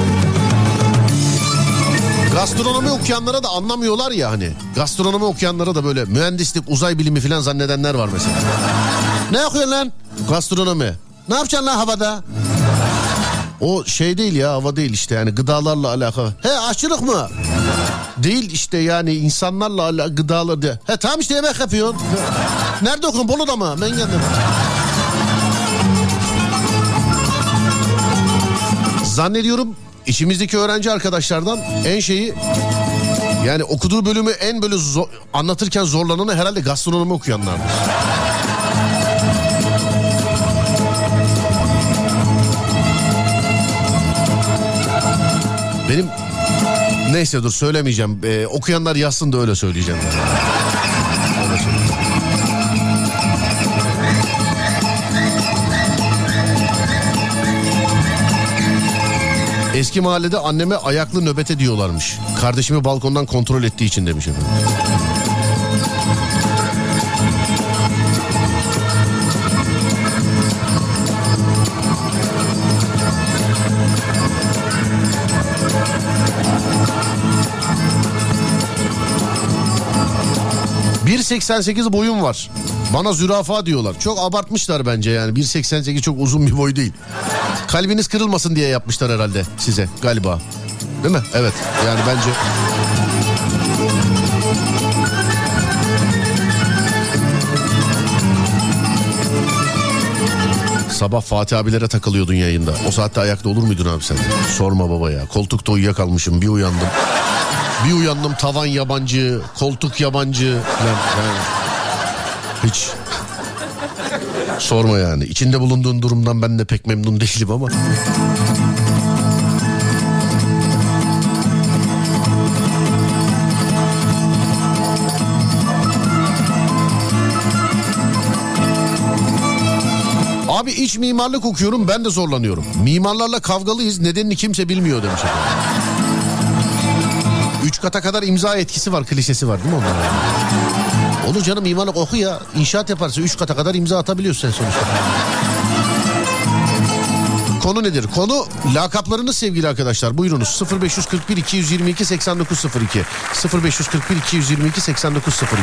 Gastronomi okuyanlara da anlamıyorlar ya hani. Gastronomi okuyanlara da böyle mühendislik, uzay bilimi falan zannedenler var mesela. Ne okuyorsun lan? Gastronomi. Ne yapacaksın lan havada? O şey değil ya, hava değil işte, yani gıdalarla alakalı. He, aşçılık mı? Değil işte, yani insanlarla alakalı gıdalar diye. He tamam işte, yemek yapıyorsun. Nerede okudun? Bolu'da mı? Ben geldim. Zannediyorum içimizdeki öğrenci arkadaşlardan en şeyi, yani okuduğu bölümü en böyle anlatırken zorlananı herhalde gastronomi okuyanlardır. Benim neyse dur söylemeyeceğim. Okuyanlar yazsın da öyle söyleyeceğim. Öyle söyleyeyim. Eski mahallede anneme ayaklı nöbete diyorlarmış. Kardeşimi balkondan kontrol ettiği için demiş efendim. ...1.88 boyum var. Bana zürafa diyorlar. Çok abartmışlar bence yani. 1.88 çok uzun bir boy değil. Kalbiniz kırılmasın diye yapmışlar herhalde size galiba. Değil mi? Evet. Yani bence... Sabah Fatih abilere takılıyordun yayında. O saatte ayakta olur muydun abi sen? Sorma baba ya. Koltukta uyuyakalmışım. Bir uyandım. Bir uyandım, tavan yabancı, koltuk yabancı. Yani hiç sorma yani. İçinde bulunduğun durumdan ben de pek memnun değilim ama. Abi iç mimarlık okuyorum, ben de zorlanıyorum. Mimarlarla kavgalıyız, nedenini kimse bilmiyor demiş efendim. 3 kata kadar imza etkisi var, klişesi var değil mi onların? Olur canım, mimarlık oku ya. İnşaat yaparsa 3 kata kadar imza atabiliyorsun sen sonuçta. Konu nedir? Konu lakaplarınız sevgili arkadaşlar. Buyurunuz 0541 222 8902 0541 222 8902.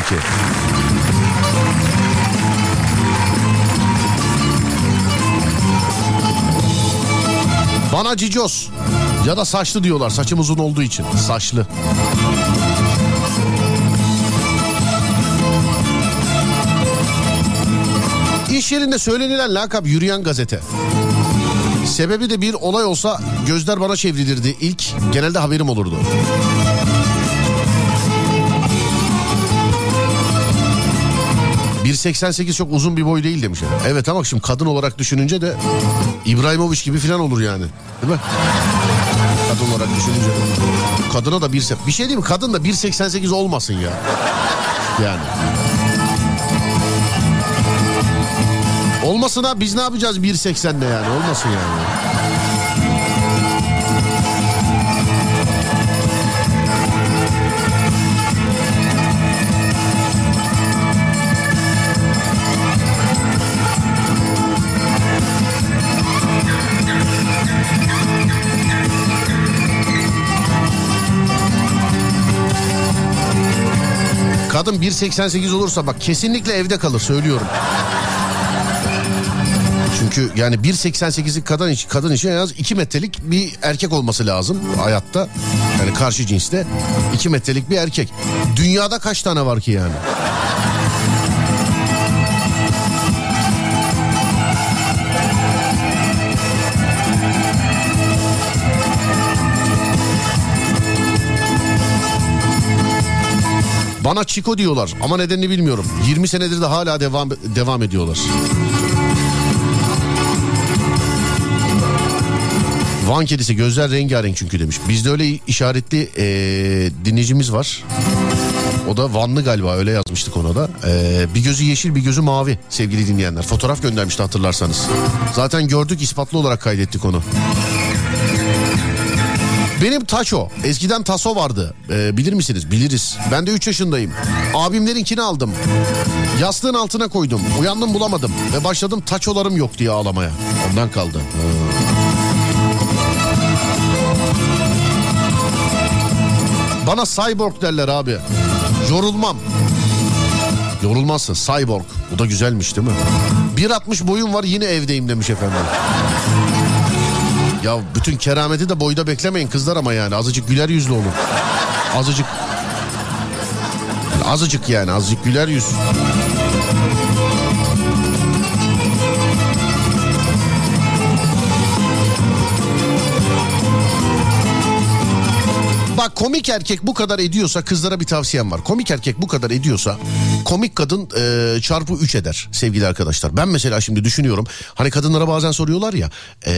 Bana cicos ya da saçlı diyorlar, saçım uzun olduğu için. Saçlı. İş yerinde söylenilen lakap yürüyen gazete. Sebebi de bir olay olsa gözler bana çevrilirdi. İlk genelde haberim olurdu. ...1.88 çok uzun bir boy değil demiş. Evet ama şimdi kadın olarak düşününce de... İbrahimovic gibi falan olur yani. Değil mi? Kadın olarak düşününce de. Kadına da bir şey değil mi? Kadın da 1.88 olmasın ya. Yani. Olmasın ha, biz ne yapacağız 1.80'le yani? Olmasın yani. Kadın 1.88 olursa bak kesinlikle evde kalır, söylüyorum. Çünkü yani 1.88'lik kadın için en az 2 metrelik bir erkek olması lazım hayatta. Yani karşı cinste 2 metrelik bir erkek. Dünyada kaç tane var ki yani? Bana Chico diyorlar ama nedenini bilmiyorum. 20 senedir de hala devam ediyorlar. Van kedisi, gözler rengarenk çünkü demiş. Bizde öyle işaretli dinleyicimiz var. O da Vanlı galiba, öyle yazmıştık ona da. Bir gözü yeşil, bir gözü mavi sevgili dinleyenler. Fotoğraf göndermişti hatırlarsanız. Zaten gördük, ispatlı olarak kaydettik onu. Benim Taço. Eskiden Taso vardı. Bilir misiniz? Biliriz. Ben de 3 yaşındayım. Abimlerinkini aldım. Yastığın altına koydum. Uyandım bulamadım. Ve başladım Taçolarım yok diye ağlamaya. Ondan kaldı. Bana cyborg derler abi. Yorulmam. Yorulmazsın. Cyborg. Bu da güzelmiş değil mi? 1.60 boyum var, yine evdeyim demiş efendim. Ya bütün kerameti de boyda beklemeyin kızlar ama yani. Azıcık güler yüzlü olun. Azıcık. Azıcık yani. Azıcık güler yüz. Bak komik erkek bu kadar ediyorsa kızlara bir tavsiyem var. Komik erkek bu kadar ediyorsa komik kadın çarpı 3 eder sevgili arkadaşlar. Ben mesela şimdi düşünüyorum. Hani kadınlara bazen soruyorlar ya...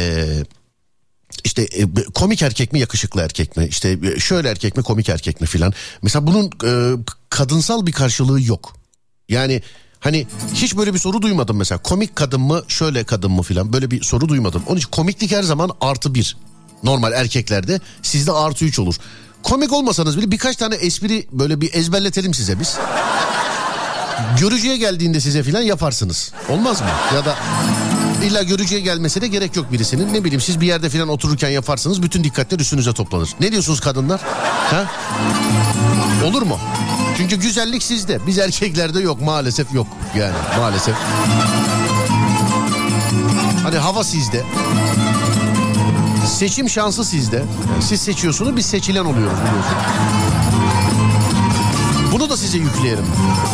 İşte komik erkek mi yakışıklı erkek mi, işte şöyle erkek mi komik erkek mi filan. Mesela bunun kadınsal bir karşılığı yok. Yani hani hiç böyle bir soru duymadım mesela, komik kadın mı şöyle kadın mı filan, böyle bir soru duymadım. Onun için komiklik her zaman +1 normal erkeklerde, sizde +3 olur. Komik olmasanız bile birkaç tane espri böyle bir ezberletelim size biz. Görücüye geldiğinde size filan yaparsınız, olmaz mı? Ya da İlla görücüye gelmesine gerek yok birisinin. Ne bileyim siz bir yerde falan otururken yaparsınız, bütün dikkatler üstünüze toplanır. Ne diyorsunuz kadınlar? Ha? Olur mu? Çünkü güzellik sizde. Biz erkeklerde yok, maalesef yok. Yani maalesef. Hani hava sizde. Seçim şansı sizde. Yani siz seçiyorsunuz, biz seçilen oluyoruz biliyorsunuz. Bunu da size yükleyelim.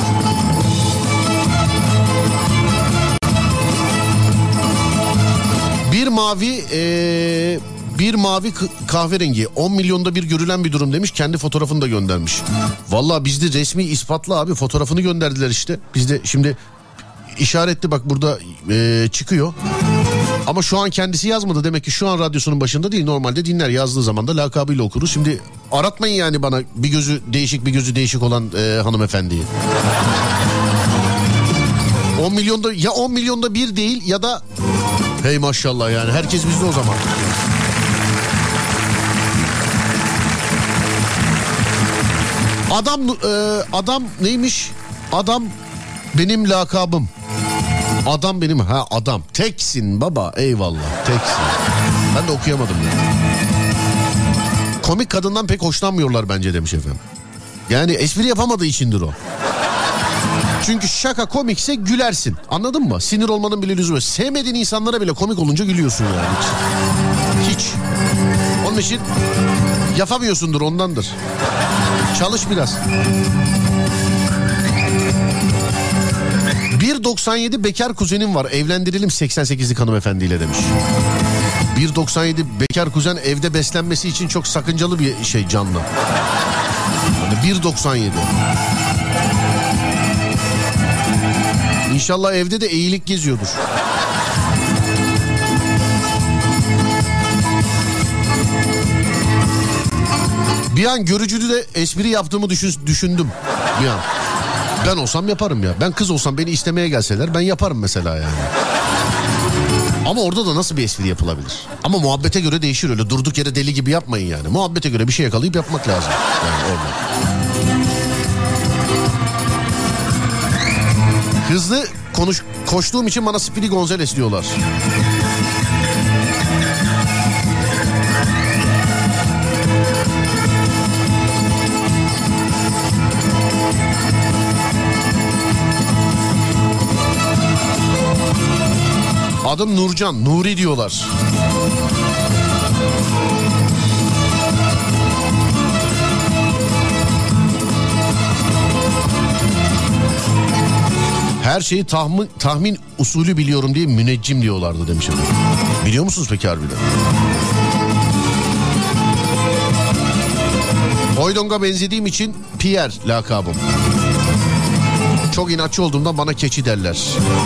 Bir mavi kahverengi 10 milyonda bir görülen bir durum demiş, kendi fotoğrafını da göndermiş. Vallahi bizde resmi ispatlı abi, fotoğrafını gönderdiler işte. Bizde şimdi işaretli bak burada çıkıyor. Ama şu an kendisi yazmadı, demek ki şu an radyosunun başında değil, normalde dinler, yazdığı zaman da lakabıyla okuruz. Şimdi aratmayın yani bana bir gözü değişik olan hanımefendiyi. 10 milyonda ya 10 milyonda bir değil ya da hey maşallah yani herkes bizde o zaman. Adam neymiş? Adam benim lakabım. Adam benim adam. Teksin baba, eyvallah teksin. Ben de okuyamadım ya. Komik kadından pek hoşlanmıyorlar bence demiş efendim. Yani espri yapamadığı içindir o. Çünkü şaka komikse gülersin. Anladın mı? Sinir olmanın bile lüzumu yok. Sevmediğin insanlara bile komik olunca gülüyorsun yani. Hiç. Onun için yapamıyorsundur, ondandır. Çalış biraz. 1.97 bekar kuzenim var. Evlendirelim 88'lik hanımefendiyle demiş. 1.97 bekar kuzen evde beslenmesi için çok sakıncalı bir şey, canlı. Yani 1.97. İnşallah evde de eğilik geziyordur. Bir an görücülü de espri yaptığımı düşündüm. Bir an. Ben olsam yaparım ya. Ben kız olsam beni istemeye gelseler ben yaparım mesela yani. Ama orada da nasıl bir espri yapılabilir? Ama muhabbete göre değişir, öyle durduk yere deli gibi yapmayın yani. Muhabbete göre bir şey yakalayıp yapmak lazım. Yani orada. Hızlı koştuğum için bana Speedy Gonzales diyorlar. Adım Nurcan, Nuri diyorlar. Her şeyi tahmin usulü biliyorum diye müneccim diyorlardı demiş efendim. Biliyor musunuz peki harbiden? Hoydong'a benzediğim için Pierre lakabım. Çok inatçı olduğumdan bana keçi derler.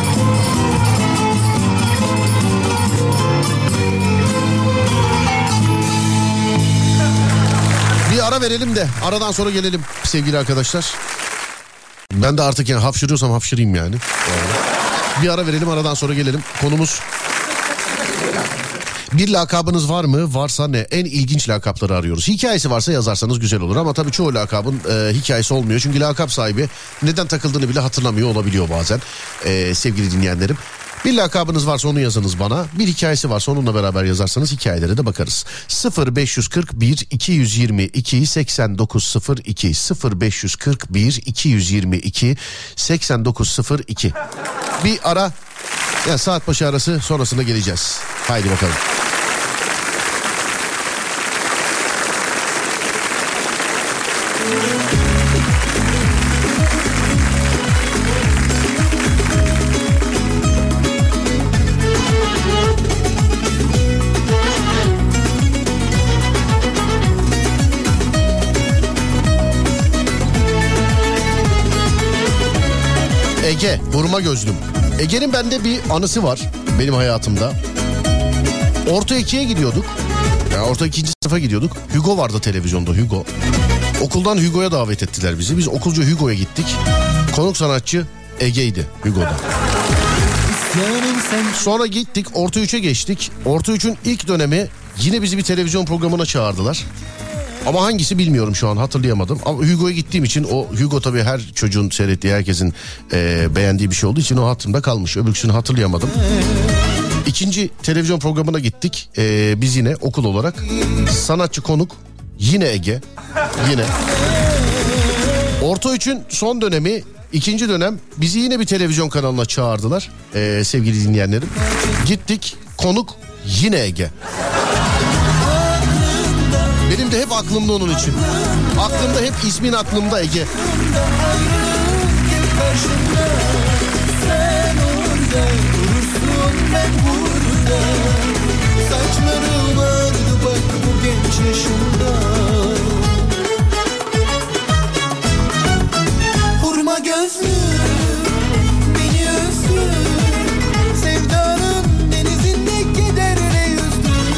Bir ara verelim de aradan sonra gelelim sevgili arkadaşlar. Ben de artık yani hapşırıyorsam hapşırayım yani. Bir ara verelim, aradan sonra gelelim. Konumuz bir lakabınız var mı? Varsa ne? En ilginç lakapları arıyoruz. Hikayesi varsa yazarsanız güzel olur ama tabii çoğu lakabın hikayesi olmuyor. Çünkü lakap sahibi neden takıldığını bile hatırlamıyor olabiliyor bazen sevgili dinleyenlerim. Bir lakabınız varsa onu yazınız bana. Bir hikayesi varsa onunla beraber yazarsanız hikayelere de bakarız. 0541 222 8902 0541 222 8902. Bir ara, yani saat başı arası sonrasında geleceğiz. Haydi bakalım. Ege, vurma gözlüm. Ege'nin bende bir anısı var benim hayatımda. Orta 2'ye gidiyorduk. Yani orta 2. sınıfa gidiyorduk. Hugo vardı televizyonda, Hugo. Okuldan Hugo'ya davet ettiler bizi. Biz okulca Hugo'ya gittik. Konuk sanatçı Ege'ydi Hugo'da. Sonra gittik orta 3'e geçtik. Orta 3'ün ilk dönemi yine bizi bir televizyon programına çağırdılar. Ama hangisi bilmiyorum şu an, hatırlayamadım. Ama Hugo'ya gittiğim için, o Hugo tabii her çocuğun seyrettiği, herkesin beğendiği bir şey olduğu için o hatırımda kalmış. Öbürküsünü hatırlayamadım. İkinci televizyon programına gittik. Biz yine okul olarak. Sanatçı konuk yine Ege. Yine. Orta 3'ün son dönemi, ikinci dönem bizi yine bir televizyon kanalına çağırdılar. Sevgili dinleyenlerim. Gittik, konuk yine Ege. Benim de hep aklımda onun için. Aklımda hep ismin, aklımda Ege. Sen orada durursun, ben burada. Saçlarım vardı bak bu genç yaşımda. Hurma gözlüm, beni üzdün. Sevdanın denizinde kederle yüzdün.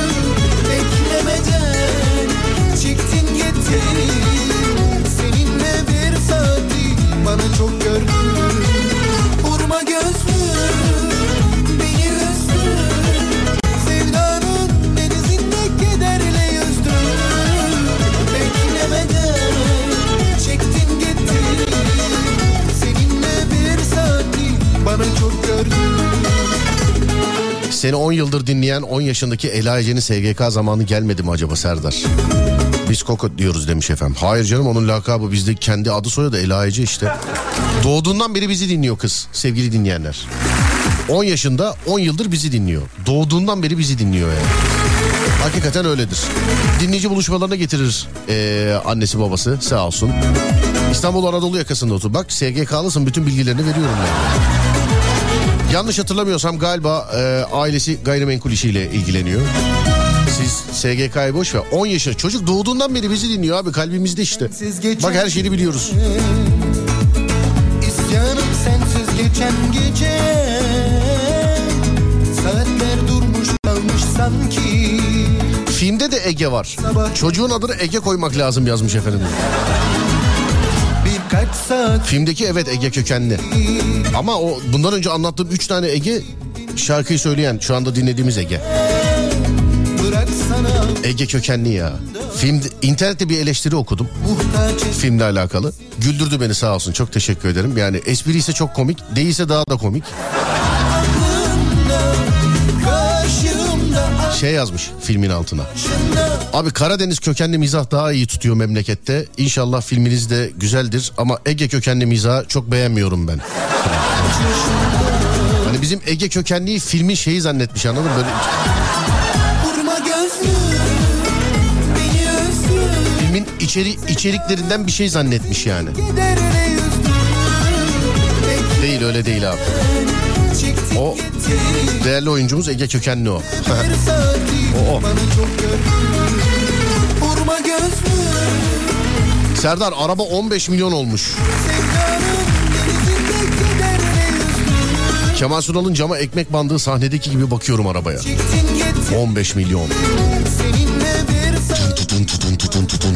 Beklemeden çektin gittin. Seninle bir saati bana çok gördün. Hurma gözlüm, beni üzdün. Sevdanın denizinde kederle yüzdün. Beklemeden çektin gittin. Seninle bir saati bana çok gördün. Seni 10 yıldır dinleyen 10 yaşındaki Ela Ece'nin SGK zamanı gelmedi mi acaba Serdar? Biz Koko diyoruz demiş efendim. Hayır canım, onun lakabı, bizde kendi adı soyadı Ela Ece işte. Doğduğundan beri bizi dinliyor kız, sevgili dinleyenler. 10 yaşında 10 yıldır bizi dinliyor. Doğduğundan beri bizi dinliyor yani. Hakikaten öyledir. Dinleyici buluşmalarına getirir annesi babası, sağ olsun. İstanbul Anadolu yakasında otur. Bak SGK'lısın, bütün bilgilerini veriyorum yani. Yanlış hatırlamıyorsam galiba ailesi gayrimenkul işiyle ilgileniyor. Siz SGK'yı boş ver. 10 yaşında çocuk doğduğundan beri bizi dinliyor abi, kalbimizde işte. Bak her şeyi biliyoruz. İsyanım sensiz geçen gece. Saatler durmuş kalmış sanki. Filmde de Ege var. Çocuğun adını Ege koymak lazım yazmış efendim. Birkaç saat. Filmdeki evet Ege kökenli. Ama o bundan önce anlattığım 3 tane Ege, şarkıyı söyleyen şu anda dinlediğimiz Ege. Ege kökenli ya. Filmde, internette bir eleştiri okudum. Filmle alakalı. Güldürdü beni sağ olsun. Çok teşekkür ederim. Yani espri ise çok komik. Değilse daha da komik. Şey yazmış filmin altına. Abi Karadeniz kökenli mizah daha iyi tutuyor memlekette. İnşallah filminiz de güzeldir. Ama Ege kökenli mizahı çok beğenmiyorum ben. Hani bizim Ege kökenliyi filmin şeyi zannetmiş, anladın mı? Böyle... Filmin içeriklerinden bir şey zannetmiş yani. Değil, öyle değil abi. O değerli oyuncumuz Ege kökenli o. O. Serdar, araba 15 milyon olmuş. Kemal Sunal'ın cama ekmek bandığı sahnedeki gibi bakıyorum arabaya. 15 milyon. Tutun.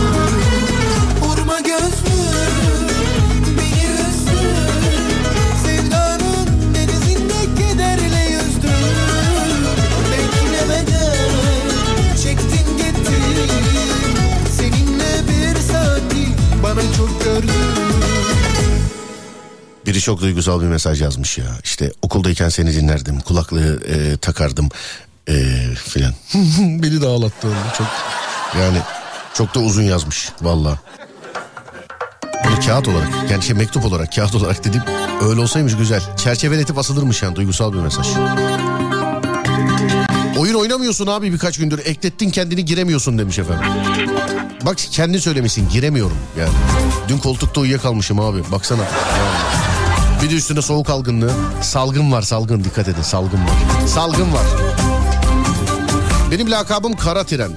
Biri çok duygusal bir mesaj yazmış ya. İşte okuldayken seni dinlerdim, kulaklığı takardım filan. Beni de ağlattı. Çok, yani çok da uzun yazmış valla. Bunu kağıt olarak, yani mektup olarak, kağıt olarak dedim. Öyle olsaymış güzel. Çerçeveletip asılırmış yani, duygusal bir mesaj. Oyun oynamıyorsun abi birkaç gündür. Eklettin kendini, giremiyorsun demiş efendim. Bak kendin söylemişsin, giremiyorum yani. Dün koltukta uyuyakalmışım abi, baksana. Yani. Bir de üstüne soğuk algınlığı. Salgın var, salgın, dikkat edin, salgın var. Salgın var. Benim lakabım Kara Tren.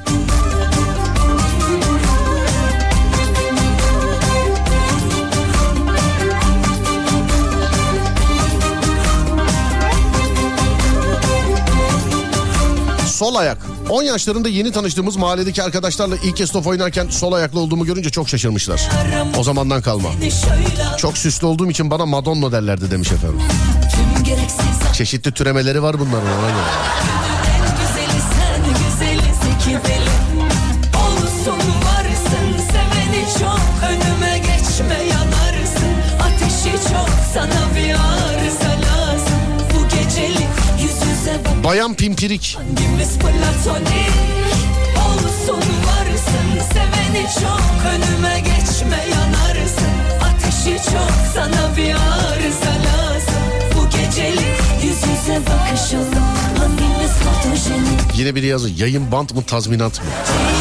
Sol ayak. 10 yaşlarında yeni tanıştığımız mahalledeki arkadaşlarla ilk kez top oynarken sol ayaklı olduğumu görünce çok şaşırmışlar. O zamandan kalma. Çok süslü olduğum için bana Madonna derlerdi demiş efendim. Çeşitli türemeleri var bunların, ona göre. Önüme geçme yanarsın, ateşi çok, sana bir arıza lazım. Bu gecelik yüz yüze bak. Bayan Pimpirik. Hangimiz platonik olsun varsın, seveni çok. Önüme geçme yanarsın, ateşi çok, sana bir arıza lazım. Bu gecelik yüz yüze bakışalım. Hangimiz fotojenik? Yine biri yazıyor, yayın bant mı tazminat mı?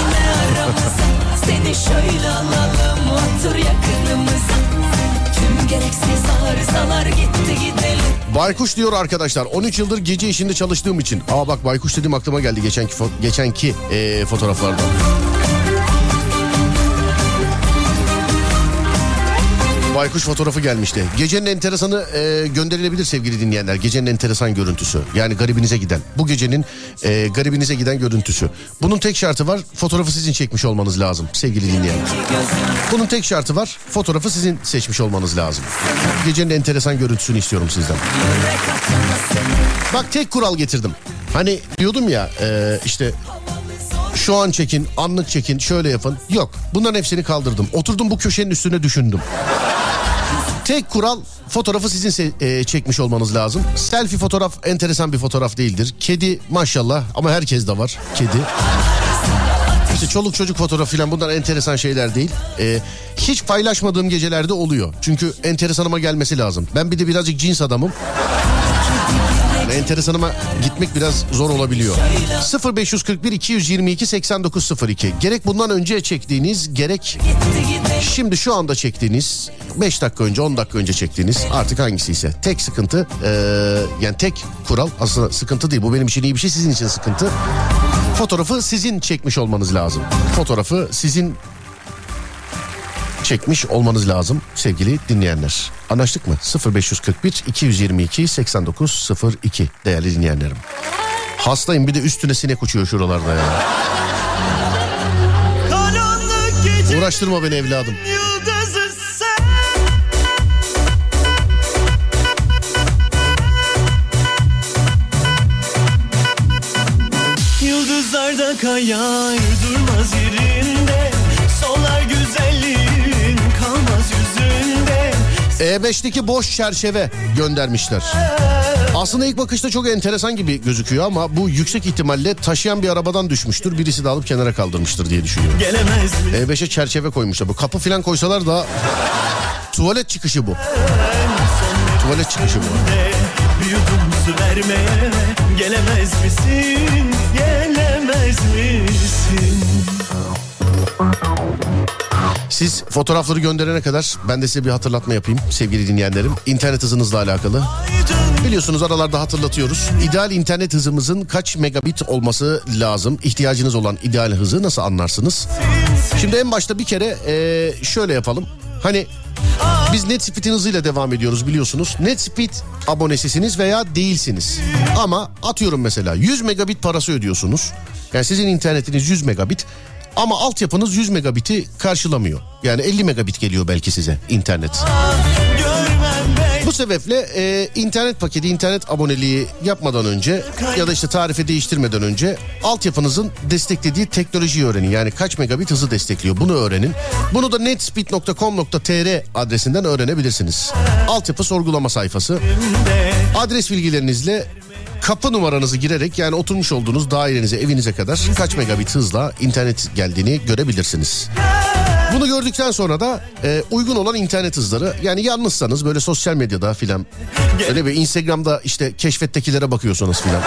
Seni şöyle alalım, otur yakınımıza. Tüm gereksiz arızalar gitti gidelim. Baykuş diyor arkadaşlar, 13 yıldır gece işinde çalıştığım için. Aa bak, baykuş dediğim aklıma geldi geçenki fotoğraflardan. Baykuş fotoğrafı gelmişti. Gecenin enteresanı gönderilebilir sevgili dinleyenler. Gecenin enteresan görüntüsü. Yani garibinize giden. Bu gecenin garibinize giden görüntüsü. Bunun tek şartı var. Fotoğrafı sizin çekmiş olmanız lazım sevgili dinleyenler. Bunun tek şartı var. Fotoğrafı sizin seçmiş olmanız lazım. Gecenin enteresan görüntüsünü istiyorum sizden. Bak, tek kural getirdim. Hani diyordum ya işte şu an çekin, anlık çekin, şöyle yapın. Yok, bunların hepsini kaldırdım. Oturdum bu köşenin üstüne düşündüm. Tek kural, fotoğrafı sizin çekmiş olmanız lazım. Selfie fotoğraf enteresan bir fotoğraf değildir. Kedi maşallah, ama herkes de var kedi. İşte çoluk çocuk fotoğrafı falan, bunlar enteresan şeyler değil. Hiç paylaşmadığım gecelerde oluyor. Çünkü enteresanıma gelmesi lazım. Ben bir de birazcık cins adamım. Yani enteresanıma gitmek biraz zor olabiliyor. 0541 222 8902. Gerek bundan önce çektiğiniz, gerek şimdi şu anda çektiğiniz, 5 dakika önce, 10 dakika önce çektiğiniz, artık hangisi ise. Tek sıkıntı yani tek kural, aslında sıkıntı değil, bu benim için iyi bir şey, sizin için sıkıntı. Fotoğrafı sizin çekmiş olmanız lazım. Fotoğrafı sizin çekmiş olmanız lazım sevgili dinleyenler. Anlaştık mı? 0541 222 8902 değerli dinleyenlerim. Hastayım, bir de üstüne sinek uçuyor şuralarda ya. Uğraştırma beni evladım. Yıldızlarda kayar durmaz yerinde, solar güzelliğin kalmaz yüzünde. E5'teki boş çerçeve göndermişler. Aslında ilk bakışta çok enteresan gibi gözüküyor ama bu yüksek ihtimalle taşıyan bir arabadan düşmüştür. Birisi de alıp kenara kaldırmıştır diye düşünüyorum. E5'e çerçeve koymuşlar. Bu kapı falan koysalar da tuvalet çıkışı bu. Tuvalet çıkışı bu. Bir yudum su vermeye gelemez misin? Gelemez misin? Siz fotoğrafları gönderene kadar ben de size bir hatırlatma yapayım sevgili dinleyenlerim. İnternet hızınızla alakalı. Biliyorsunuz, aralarda hatırlatıyoruz. İdeal internet hızımızın kaç megabit olması lazım? İhtiyacınız olan ideal hızı nasıl anlarsınız? Şimdi en başta bir kere şöyle yapalım. Hani biz NetSpeed'in hızıyla devam ediyoruz biliyorsunuz. NetSpeed abonesisiniz veya değilsiniz. Ama atıyorum mesela 100 megabit parası ödüyorsunuz. Yani sizin internetiniz 100 megabit. Ama altyapınız 100 megabiti karşılamıyor. Yani 50 megabit geliyor belki size internet. Bu sebeple internet paketi, internet aboneliği yapmadan önce ya da işte tarife değiştirmeden önce altyapınızın desteklediği teknolojiyi öğrenin. Yani kaç megabit hızı destekliyor, bunu öğrenin. Bunu da netspeed.com.tr adresinden öğrenebilirsiniz. Altyapı sorgulama sayfası. Adres bilgilerinizle kapı numaranızı girerek, yani oturmuş olduğunuz dairenize, evinize kadar kaç megabit hızla internet geldiğini görebilirsiniz. Bunu gördükten sonra da uygun olan internet hızları, yani yalnızsanız böyle sosyal medyada filan, öyle bir Instagram'da işte keşfettekilere bakıyorsunuz filan.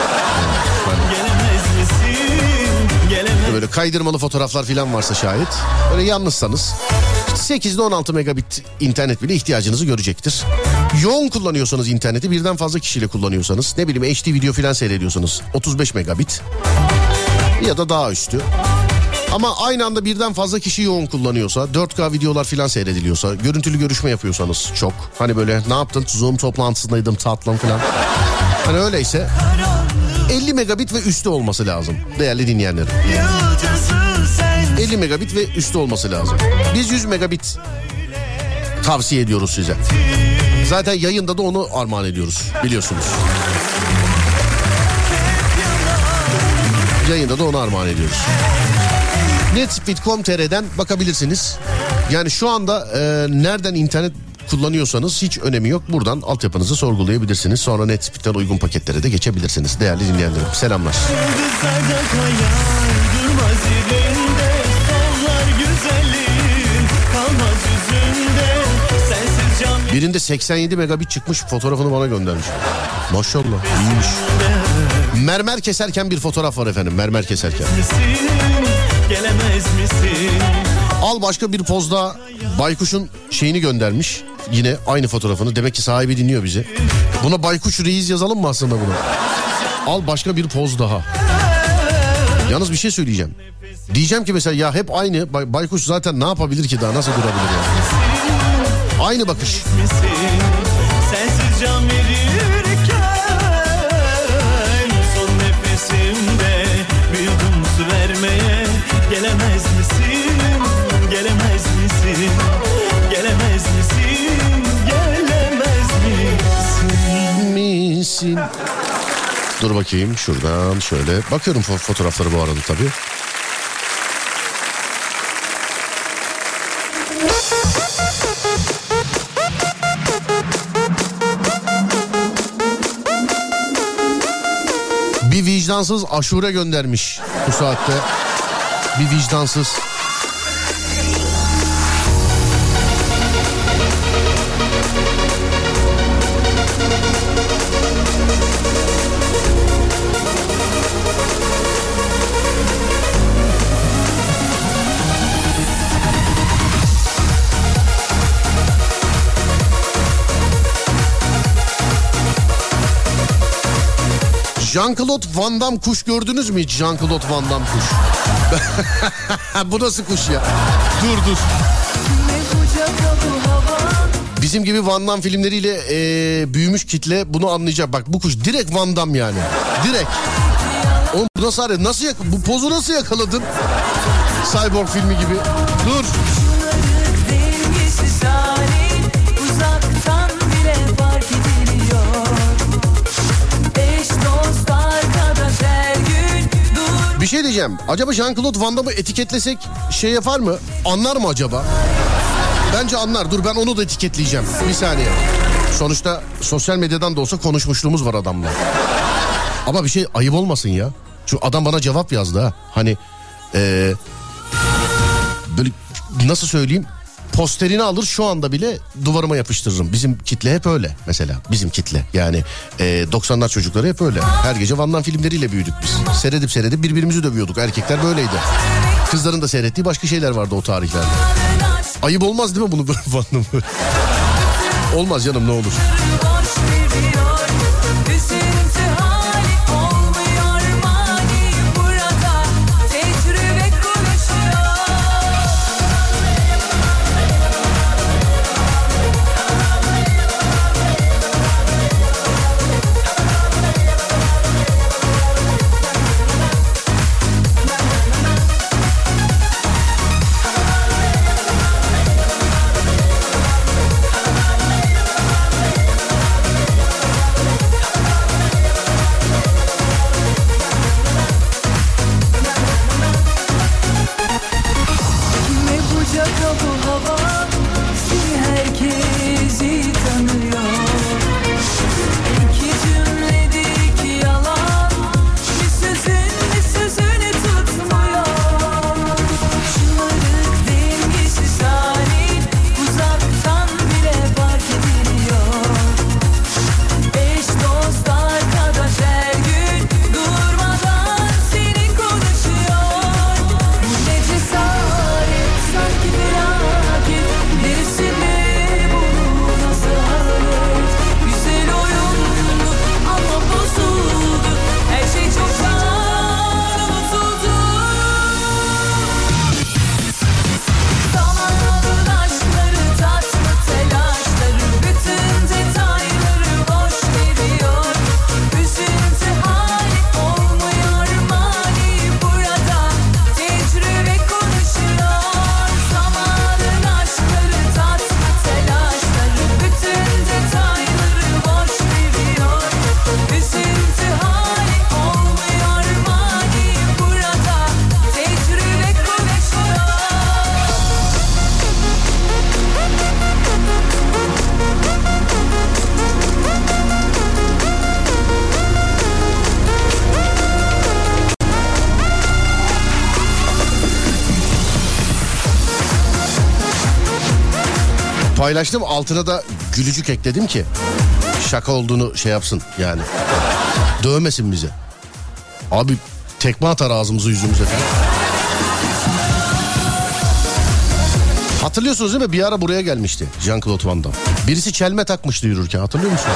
Böyle kaydırmalı fotoğraflar filan varsa şayet, böyle yalnızsanız 8 ile 16 megabit internet bile ihtiyacınızı görecektir. Yoğun kullanıyorsanız interneti, birden fazla kişiyle kullanıyorsanız, ne bileyim HD video filan seyrediyorsanız 35 megabit ya da daha üstü. Ama aynı anda birden fazla kişi yoğun kullanıyorsa, 4K videolar filan seyrediliyorsa, görüntülü görüşme yapıyorsanız çok. Hani böyle ne yaptın, Zoom toplantısındaydım tatlım filan. Hani öyleyse 50 megabit ve üstü olması lazım değerli dinleyenlerim. 50 megabit ve üstü olması lazım. Biz 100 megabit tavsiye ediyoruz size. Zaten yayında da onu armağan ediyoruz biliyorsunuz. Yayında da onu armağan ediyoruz. Netspeed.com.tr'den bakabilirsiniz. Yani şu anda nereden internet kullanıyorsanız hiç önemi yok. Buradan altyapınızı sorgulayabilirsiniz. Sonra Netspeed'den uygun paketlere de geçebilirsiniz. Değerli dinleyenlerim, selamlar. Birinde 87 megabit çıkmış, fotoğrafını bana göndermiş. Maşallah, iyiymiş. Mermer keserken bir fotoğraf var efendim, mermer keserken. Gelemez misin? Al başka bir pozda baykuşun şeyini göndermiş. Yine aynı fotoğrafını. Demek ki sahibi dinliyor bizi. Buna Baykuş Reis yazalım mı aslında buna? Al başka bir poz daha. Yalnız bir şey söyleyeceğim. Diyeceğim ki mesela ya hep aynı. Baykuş zaten ne yapabilir ki daha, nasıl durabilir yani? Aynı bakış. Sensiz can verirken son nefesimde bir yudum su vermeye gelemez misin? Gelemez misin? Gelemez misin? Gelemez misin? Dur bakayım şuradan şöyle. Bakıyorum fotoğrafları bu arada tabii. Bir vicdansız aşure göndermiş bu saatte. Bir vicdansız. Jean-Claude Van Damme kuş gördünüz mü hiç? Jean-Claude Van Damme kuş. Bu nasıl kuş ya? Dur. Bizim gibi Van Damme filmleriyle büyümüş kitle bunu anlayacak. Bak bu kuş direkt Van Damme yani. Direkt. Oğlum bu nasıl bu pozu nasıl yakaladın? Cyborg filmi gibi. Dur. Bir şey diyeceğim. Acaba Jean-Claude Van Damme'ı etiketlesek şey yapar mı? Anlar mı acaba? Bence anlar. Dur ben onu da etiketleyeceğim. Bir saniye. Sonuçta sosyal medyadan da olsa konuşmuşluğumuz var adamla. Ama bir şey ayıp olmasın ya. Şu adam bana cevap yazdı ha. Hani böyle nasıl söyleyeyim? Posterini alır şu anda bile duvarıma yapıştırırım. Bizim kitle hep öyle mesela. Bizim kitle yani 90'lar çocukları hep öyle. Her gece Van Damme filmleriyle büyüdük biz. Seyredip birbirimizi dövüyorduk. Erkekler böyleydi. Kızların da seyrettiği başka şeyler vardı o tarihlerde. Ayıp olmaz değil mi bunu Van Damme? Olmaz canım, ne olur. Paylaştım, altına da gülücük ekledim ki şaka olduğunu şey yapsın yani. Dövmesin bize. Abi tekme atar ağzımıza yüzümüze falan. Hatırlıyorsunuz değil mi? Bir ara buraya gelmişti Jean-Claude Van Damme. Birisi çelme takmıştı yürürken, hatırlıyor musun?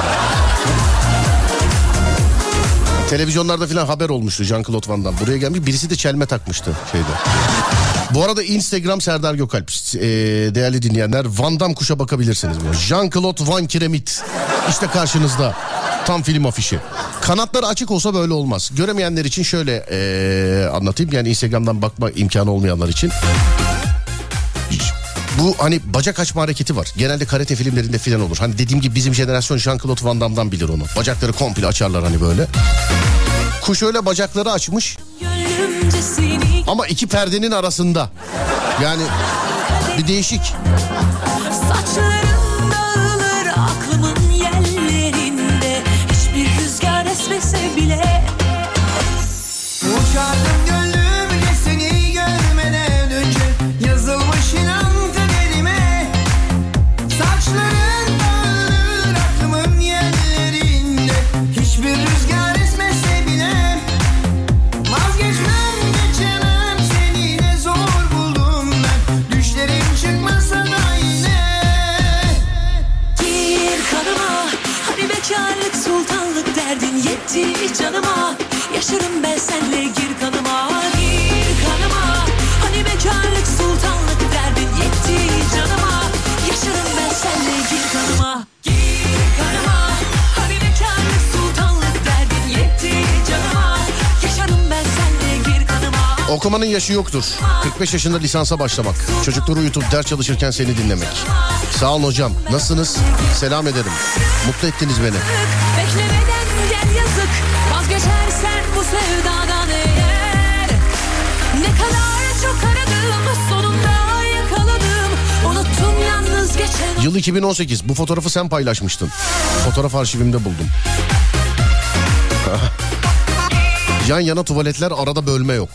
Televizyonlarda falan haber olmuştu Jean-Claude Van Damme. Buraya gelmiş, birisi de çelme takmıştı şeyde. Bu arada Instagram Serdar Gökalp. Değerli dinleyenler, Van Damme kuşa bakabilirsiniz. Jean-Claude Van Kiremit. İşte karşınızda. Tam film afişi. Kanatları açık olsa böyle olmaz. Göremeyenler için şöyle anlatayım. Yani Instagram'dan bakma imkanı olmayanlar için. Bu hani bacak açma hareketi var. Genelde karate filmlerinde filan olur. Hani dediğim gibi bizim jenerasyon Jean-Claude Van Damme'dan bilir onu. Bacakları komple açarlar hani böyle. Kuş öyle bacakları açmış. Ama iki perdenin arasında. Yani bir değişik. Saçlarım dağılır aklımın yerlerinde, hiçbir rüzgar esmese bile. Uçardım gönlümle seni görmeden önce, yazılmış inan kaderime. Saçların dağılır aklımın yerlerinde, hiçbir rüzgar esmese bile. Vazgeçmem geçemem seni, ne zor buldum ben, düşlerim çıkmasa da yine. Gir kanıma, hani bekarlık sultanlık derdin yetti canıma. Yaşarım ben senle, gir kanıma, gir kanıma. Hani bekarlık sultanlık derdin yetti canıma. Yaşarım ben senle, gir kanıma, gir kanıma. Hani bekarlık sultanlık derdin yetti canıma. Yaşarım ben senle, gir kanıma. Okumanın yaşı yoktur. 45 yaşında lisansa başlamak. Çocukları uyutup ders çalışırken seni dinlemek. Sağ olun hocam. Nasılsınız? Selam ederim. Mutlu ettiniz beni. Beklemeden gel yazık, vazgeçersen bu sevdadan eğer. Ne kadar çok aradım, sonunda yakaladım. Unuttum yalnız geçen. Yıl 2018. Bu fotoğrafı sen paylaşmıştın. Fotoğraf arşivimde buldum. Yan yana tuvaletler, arada bölme yok.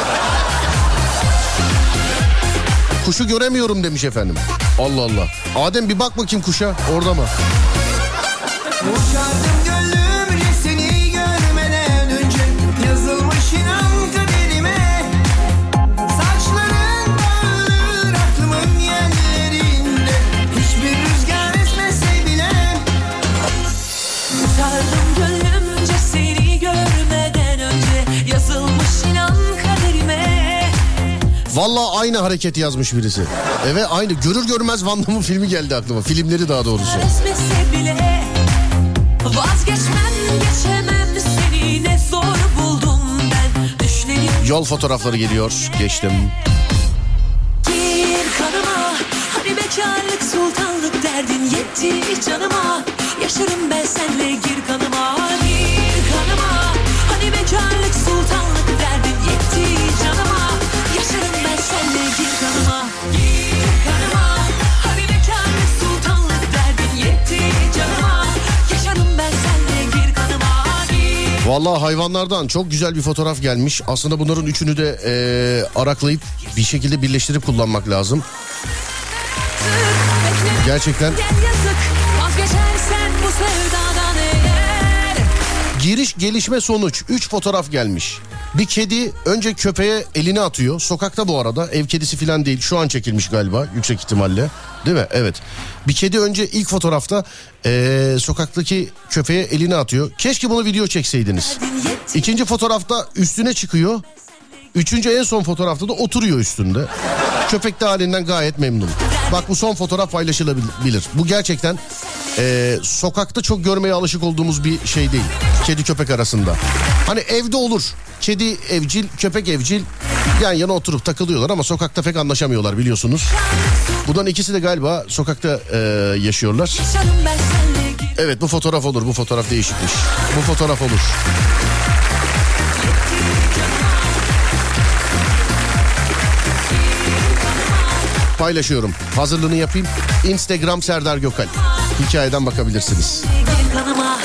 Kuşu göremiyorum demiş efendim. Allah Allah. Adem bir bak bakayım kuşa. Orada mı? Uçardım gönlümle seni görmeden önce, yazılmış inan kaderime. Saçların dağılır aklımın yerlerinde, hiçbir rüzgar esmese bile. Uçardım gönlümce seni görmeden önce, yazılmış inan kaderime. Vallahi aynı hareket yazmış birisi. Evet aynı. Görür görmez Van Damme'ın filmi geldi aklıma. Filmleri daha doğrusu. Esmese bile vazgeçmem geçemem seni, ne zor buldum ben, düşlerim. Yol fotoğrafları geliyor. Geçtim. Gir kanıma, hani bekarlık sultanlık derdin yetti canıma. Yaşarım ben senle, gir kanıma, gir kanıma. Hani bekarlık sultanlık derdin yetti canıma. Yaşarım ben senle, gir kanıma, gir kanıma. Hani bekarlık sultanlık derdin yetti canıma. Yaşarım ben senle, gir kanıma, gir. Vallahi hayvanlardan çok güzel bir fotoğraf gelmiş. Aslında bunların üçünü de araklayıp bir şekilde birleştirip kullanmak lazım. Gerçekten. Gel yazık, vazgeçersen bu sevdadan eğer. Giriş gelişme sonuç. 3 fotoğraf gelmiş. Bir kedi önce köpeğe elini atıyor. Sokakta bu arada, ev kedisi falan değil. Şu an çekilmiş galiba yüksek ihtimalle. Değil mi? Evet. Bir kedi önce ilk fotoğrafta sokaktaki köpeğe elini atıyor. Keşke bunu video çekseydiniz. İkinci fotoğrafta üstüne çıkıyor. Üçüncü en son fotoğrafta da oturuyor üstünde. Köpek de halinden gayet memnun. Bak bu son fotoğraf paylaşılabilir. Bu gerçekten sokakta çok görmeye alışık olduğumuz bir şey değil. Kedi köpek arasında. Hani evde olur. Kedi evcil, köpek evcil. Yan yana oturup takılıyorlar ama sokakta pek anlaşamıyorlar biliyorsunuz. Bundan ikisi de galiba sokakta yaşıyorlar. Yaşarım ben senle, gir. Evet bu fotoğraf olur. Bu fotoğraf değişikmiş. Bu fotoğraf olur. Paylaşıyorum. Hazırlığını yapayım. Instagram Serdar Gökalp. Hikayeden bakabilirsiniz. Gir kanıma.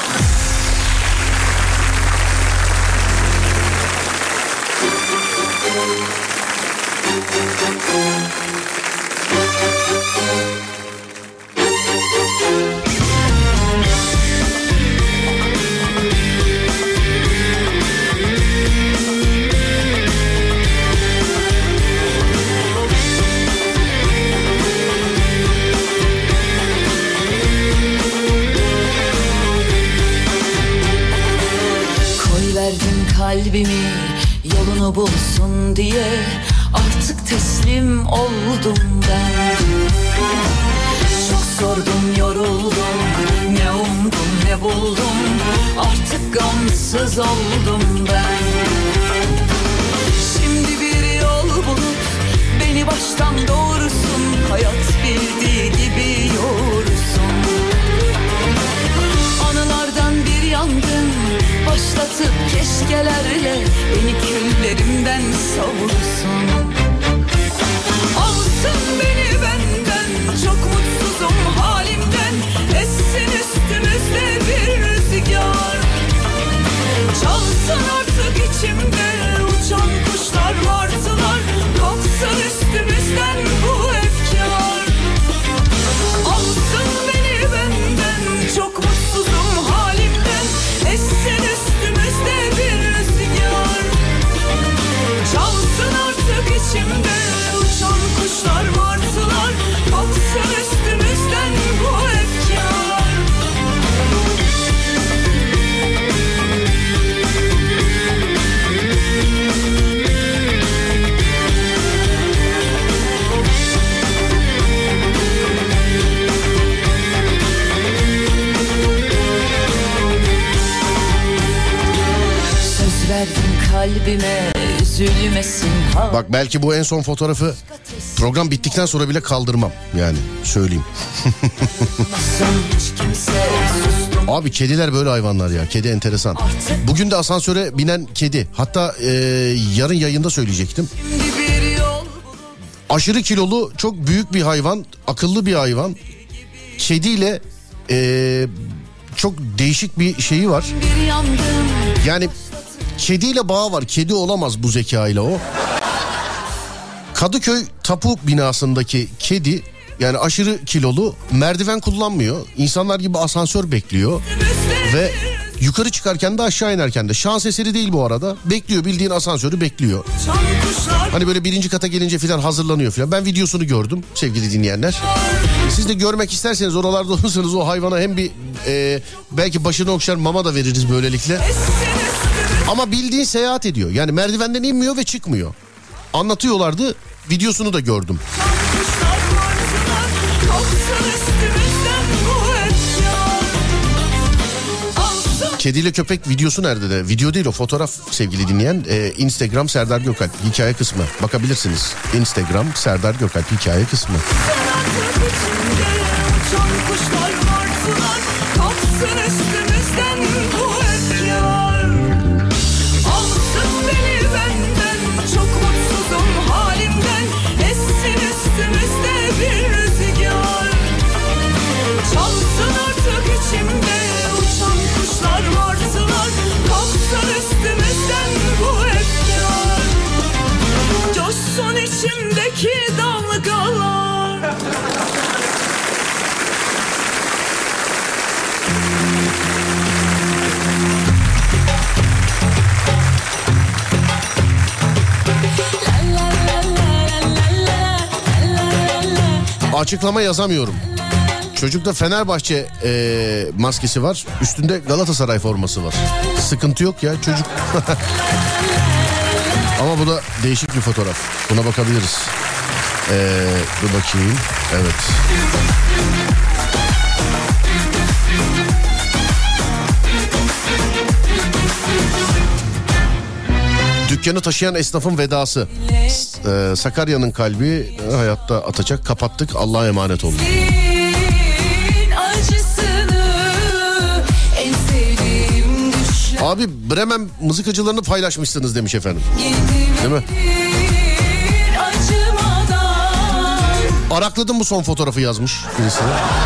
diye artık teslim oldum ben. Çok sordum, yoruldum, ne umdum ne buldum, artık gamsız oldum ben. Şimdi bir yol bulup beni baştan doğursun, hayat bildiği gibi yoğursun. Anılardan bir yangın başlatıp keşkelerle beni küllerimden savursun. Alsın beni benden, çok mutsuzum halimden, essin üstümüzde bir rüzgar. Çalsın artık içimde uçan kuşlar, martılar, kalksın üstümüzden bu efkar. Alsın beni benden, çok mutsuzum halimden, essin üstümüzde bir rüzgar. Çalsın artık içimde uçan kuşlar, martılar, kalksın üstümüzden bu efkar. Söz verdim kalbime, üzülmesin ha. Bak belki bu en son fotoğrafı program bittikten sonra bile kaldırmam. Yani söyleyeyim. Hiç kimse sustum. Abi kediler böyle hayvanlar ya. Kedi enteresan. Bugün de asansöre binen kedi. Hatta yarın yayında söyleyecektim. Bir yol Aşırı kilolu, çok büyük bir hayvan. Akıllı bir hayvan. Kediyle çok değişik bir şeyi var. bir yandım. Yani kediyle bağı var. Kedi olamaz bu zekayla o. Kadıköy Tapu binasındaki kedi, yani aşırı kilolu, merdiven kullanmıyor. İnsanlar gibi asansör bekliyor. Ve yukarı çıkarken de aşağı inerken de. Şans eseri değil bu arada. Bekliyor, bildiğin asansörü bekliyor. Hani böyle birinci kata gelince filan hazırlanıyor filan. Ben videosunu gördüm sevgili dinleyenler. Siz de görmek isterseniz, oralarda olursanız o hayvana hem bir belki başını okşar mama da veririz böylelikle. Ama bildiğin seyahat ediyor. Yani merdivenden inmiyor ve çıkmıyor. Anlatıyorlardı. Videosunu da gördüm. Kediyle köpek videosu nerede de? Video değil o, fotoğraf sevgili dinleyen. Instagram Serdar Gökalp hikaye kısmı. Bakabilirsiniz. Instagram Serdar Gökalp hikaye kısmı. İçimdeki dalgalar. Açıklama yazamıyorum. Çocukta Fenerbahçe maskesi var. Üstünde Galatasaray forması var. Sıkıntı yok ya çocuk. Ama bu da değişik bir fotoğraf. Buna bakabiliriz. Dur bakayım. Evet. Dükkanı taşıyan esnafın vedası. Sakarya'nın kalbi hayatta atacak. Kapattık. Allah'a emanet olun. Abi Bremen mızıkacılarını paylaşmışsınız demiş efendim. Değil mi? Arakladım bu son fotoğrafı yazmış birisi.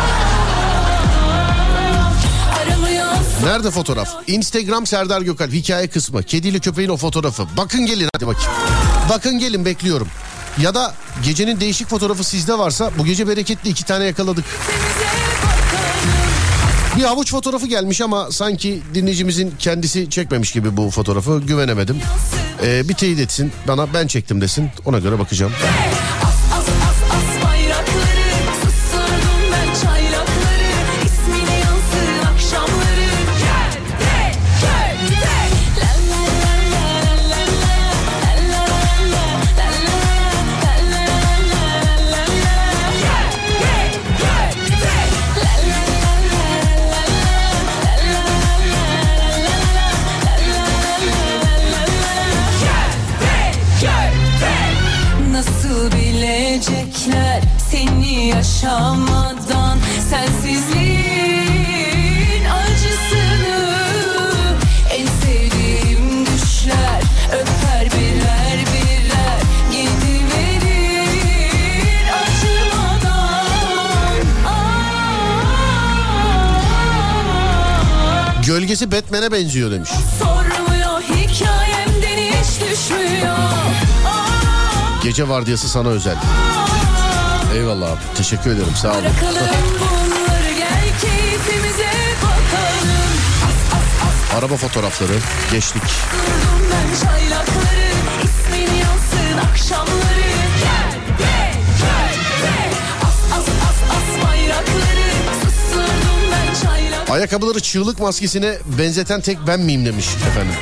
Nerede fotoğraf? Instagram Serdar Gökalp hikaye kısmı. Kediyle köpeğin o fotoğrafı. Bakın gelin hadi bakayım. Bakın gelin, bekliyorum. Ya da gecenin değişik fotoğrafı sizde varsa, bu gece bereketli 2 tane yakaladık. Bir avuç fotoğrafı gelmiş ama sanki dinleyicimizin kendisi çekmemiş gibi bu fotoğrafı, güvenemedim. Bir teyit etsin bana, ben çektim desin, ona göre bakacağım. nasıl bilecekler seni yaşamadan, sensizliğin acısını. En sevdiğim düşler öper birer birer, gidiverir acımadan. Gölgesi Batman'e benziyor demiş. Sormuyor hikayemden hiç düşmüyor. Gece vardiyası sana özel. Eyvallah abi, teşekkür ederim, sağ olun. Bırakalım bunları, gel keyfimize bakalım. Araba fotoğrafları geçtik. Durdum ben çaylakları, ismini yansın akşamları. Gel gel gel gel, as as as as bayrakları, susturdum ben çaylakları. Ayakkabıları çığlık maskesine benzeten tek ben miyim demiş efendim.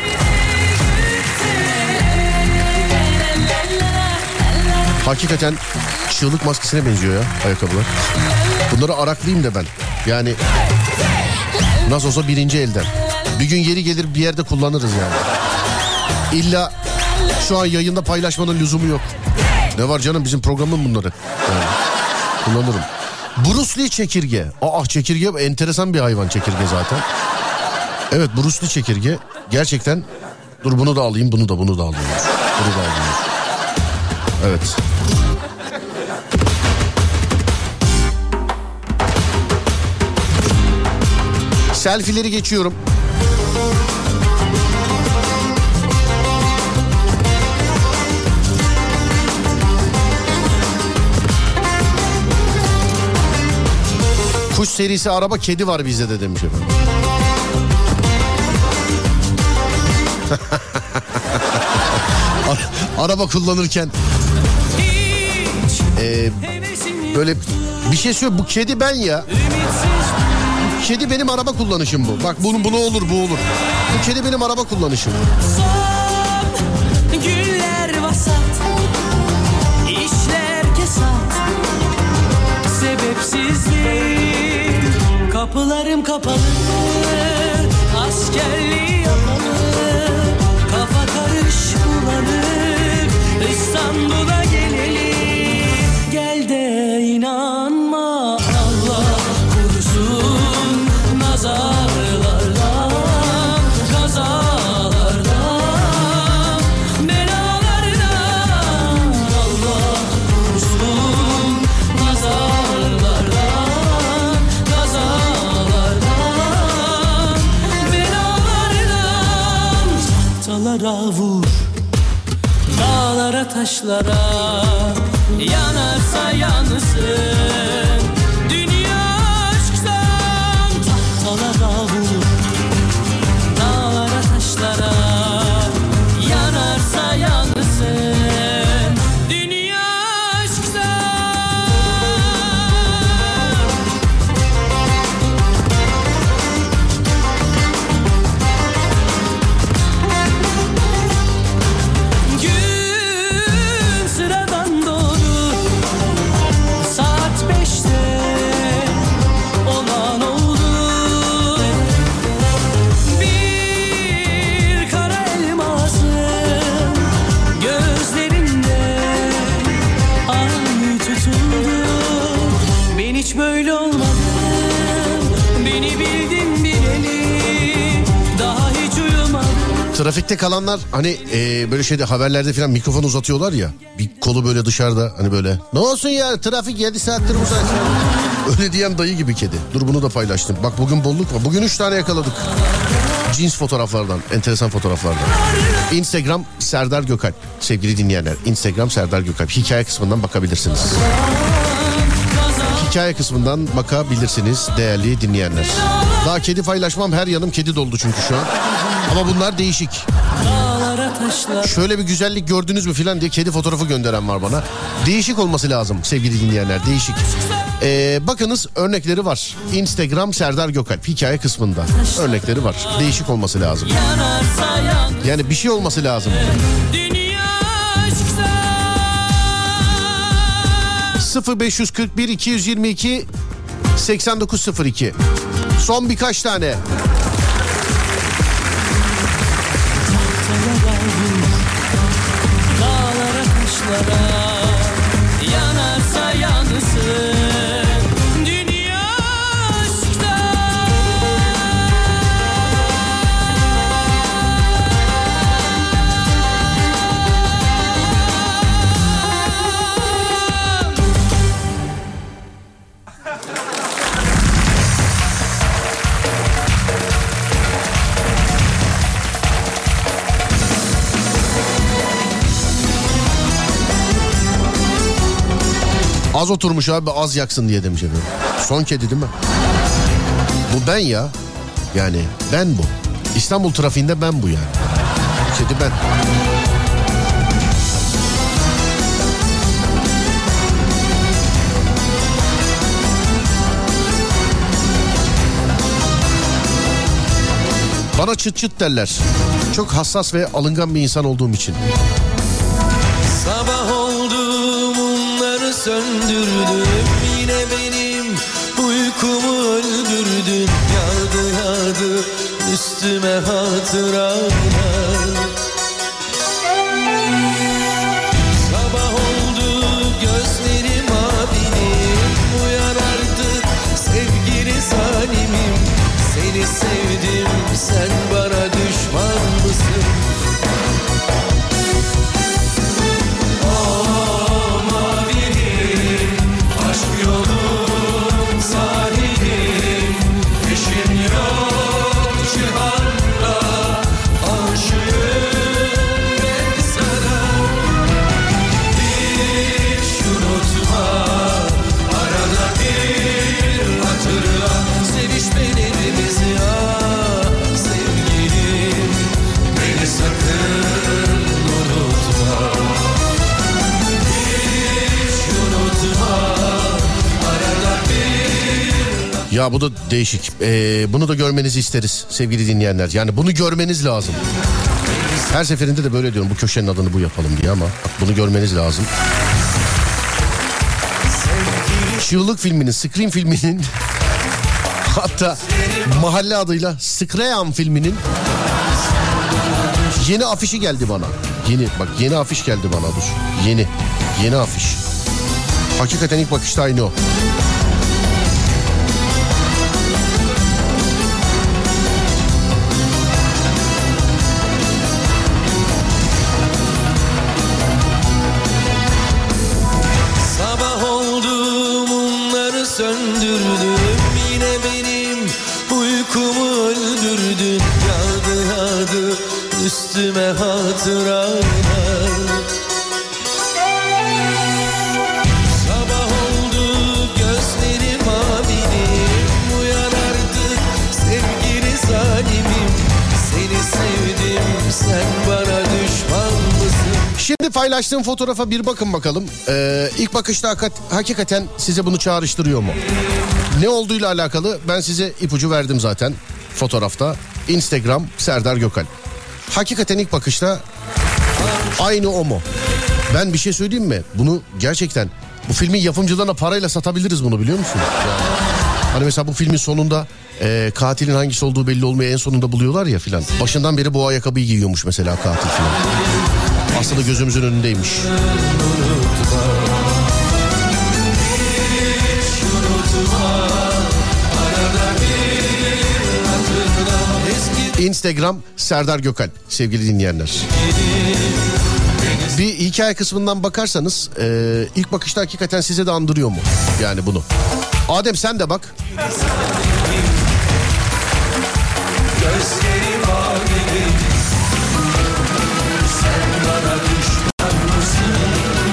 Hakikaten çığlık maskesine benziyor ya ayakkabılar. Bunları araklayayım da ben. Yani nasıl olsa birinci elden. Bir gün yeri gelir bir yerde kullanırız yani. İlla şu an yayında paylaşmanın lüzumu yok. Ne var canım, bizim programın bunları. Yani kullanırım. Bruce Lee çekirge. Aa, çekirge enteresan bir hayvan, çekirge zaten. Evet, Bruce Lee çekirge. Gerçekten. Dur bunu da alayım, bunu da alayım. Bunu da alayım. Evet. Selfie'leri geçiyorum. Kuş serisi araba, kedi var bizde de demiş efendim. Araba kullanırken böyle bir şey söylüyor. Bu kedi ben ya. Bu kedi benim araba kullanışım bu. Bak bunu olur, bu olur. Bu kedi benim araba kullanışım. Son güller vasat, işler kesat, sebepsizlik, kapılarım kapalı, askerliği yapalı, kafa karış bulanık, İstanbul'a gelelim, gel de inanma, Allah korusun nazarlardan, kazalardan, belalardan, Allah korusun nazarlardan, kazalardan, belalardan. Tahtalara vur, dağlara taşlara, yanarsa yansın dünya aşktan. Tahtalara vur, dağlara taşlara, yanarsa yansın dünya aşktan. Gün sıradan doğdu, saat 5'te olan oldu. Bir kara elmasın gözlerinde ay tutuldu. Ben hiç böyle olmadım, beni bildin bileli, daha hiç uyumadım. Trafikte kalanlar hani böyle şeyde, haberlerde falan mikrofon uzatıyorlar ya. Bir kolu böyle dışarıda, hani böyle. Ne olsun ya, trafik 7 saattir uzak. Öyle diyen dayı gibi kedi. Dur bunu da paylaştım. Bak bugün bolluk var. Bugün 3 tane yakaladık. Cins fotoğraflardan, enteresan fotoğraflardan. Instagram Serdar Gökalp. Sevgili dinleyenler, Instagram Serdar Gökalp. Hikaye kısmından bakabilirsiniz. Hikaye kısmından bakabilirsiniz değerli dinleyenler. Daha kedi paylaşmam, her yanım kedi doldu çünkü şu an. Ama bunlar değişik. Şöyle bir güzellik gördünüz mü filan diye kedi fotoğrafı gönderen var bana. Değişik olması lazım sevgili dinleyenler, değişik. Bakınız, örnekleri var. Instagram Serdar Gökalp hikaye kısmında. Örnekleri var. Değişik olması lazım. Yani bir şey olması lazım. 0541 222 8902. Son birkaç tane. Dağlara taşlara, Az oturmuş abi, az yaksın diye demiş efendim. Son kedi değil mi? Bu ben ya. Yani ben bu. İstanbul trafiğinde ben bu yani. Kedi ben. Bana çıt çıt derler. Çok hassas ve alıngan bir insan olduğum için. Sabah oldu, mumları söndürdüm. Yine benim uykumu öldürdün. Yağdı yağdı üstüme hatıralar. Sabah oldu, gözlerim abinim. Uyan artık sevgili zalimim. Seni sevdim, sen bana düşman mısın? Oh mavilim, aşk yolum sahilim. Peşin yok cihanda, aşığım ben sana. Hiç unutma, arada bir hatırla. Sevişmelerimiz ya sevgilim, beni sakın unutma. Hiç unutma, arada bir. Ya bu da değişik. Bunu da görmenizi isteriz sevgili dinleyenler. Yani bunu görmeniz lazım. Her seferinde de böyle diyorum, bu köşenin adını bu yapalım diye, ama bak, bunu görmeniz lazım. Çığlık filminin, Scream filminin hatta mahalle adıyla Scream filminin yeni afişi geldi bana. Yeni afiş geldi bana, dur. Yeni afiş. Hakikaten ilk bakışta aynı o. Sabah oldu, mumları söndürdüm. Yine benim uykumu öldürdün. Yağdı yağdı üstüme hatıralar. Sabah oldu, gözlerim abinim. Uyan artık sevgili zalimim. Seni sevdim, sen bana düşman mısın? Şimdi paylaştığım fotoğrafa bir bakın bakalım. İlk bakışta hakikaten size bunu çağrıştırıyor mu? Ne olduğuyla alakalı ben size ipucu verdim zaten fotoğrafta. Instagram Serdar Gökalp. Hakikaten ilk bakışta aynı o mu? Ben bir şey söyleyeyim mi? Bunu gerçekten, bu filmin yapımcılarına parayla satabiliriz bunu, biliyor musun? Hani mesela bu filmin sonunda katilin hangisi olduğu belli olmuyor, en sonunda buluyorlar ya filan. Başından beri bu ayakkabıyı giyiyormuş mesela katil filan. Aslında gözümüzün önündeymiş. Instagram Serdar Gökalp sevgili dinleyenler. Bir hikaye kısmından bakarsanız ilk bakışta hakikaten size de andırıyor mu? Yani bunu. Adem sen de bak. Gözlerim abinim, sen bana düşman mısın?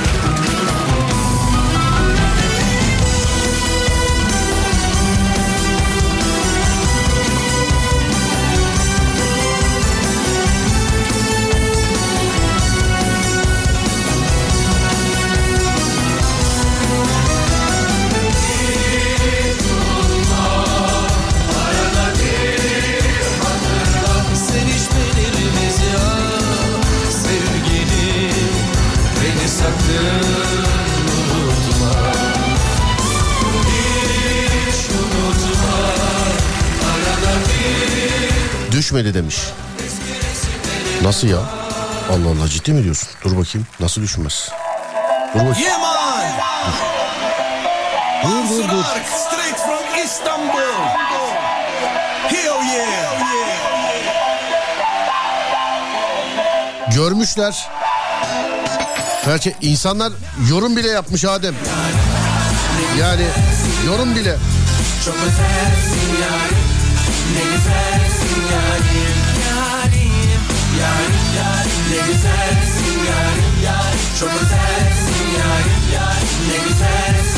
Sevişmelerimiz ya sevgilim, beni sakın unutma. Hiç unutma, arada bir. Düşmedi demiş. Nasıl ya? Allah Allah, ciddi mi diyorsun? Dur bakayım, nasıl düşmez? Dur bakayım. Yeah man. Dur. Straight from Istanbul. Hell yeah. Görmüşler. Gerçi insanlar yorum bile yapmış Adem. Yani yorum bile. Çok özelsin yarim, ne güzelsin yarim, yarim, yarim, yarim, ne güzelsin yarim, yarim, çok özelsin yarim, yarim, ne güzelsin.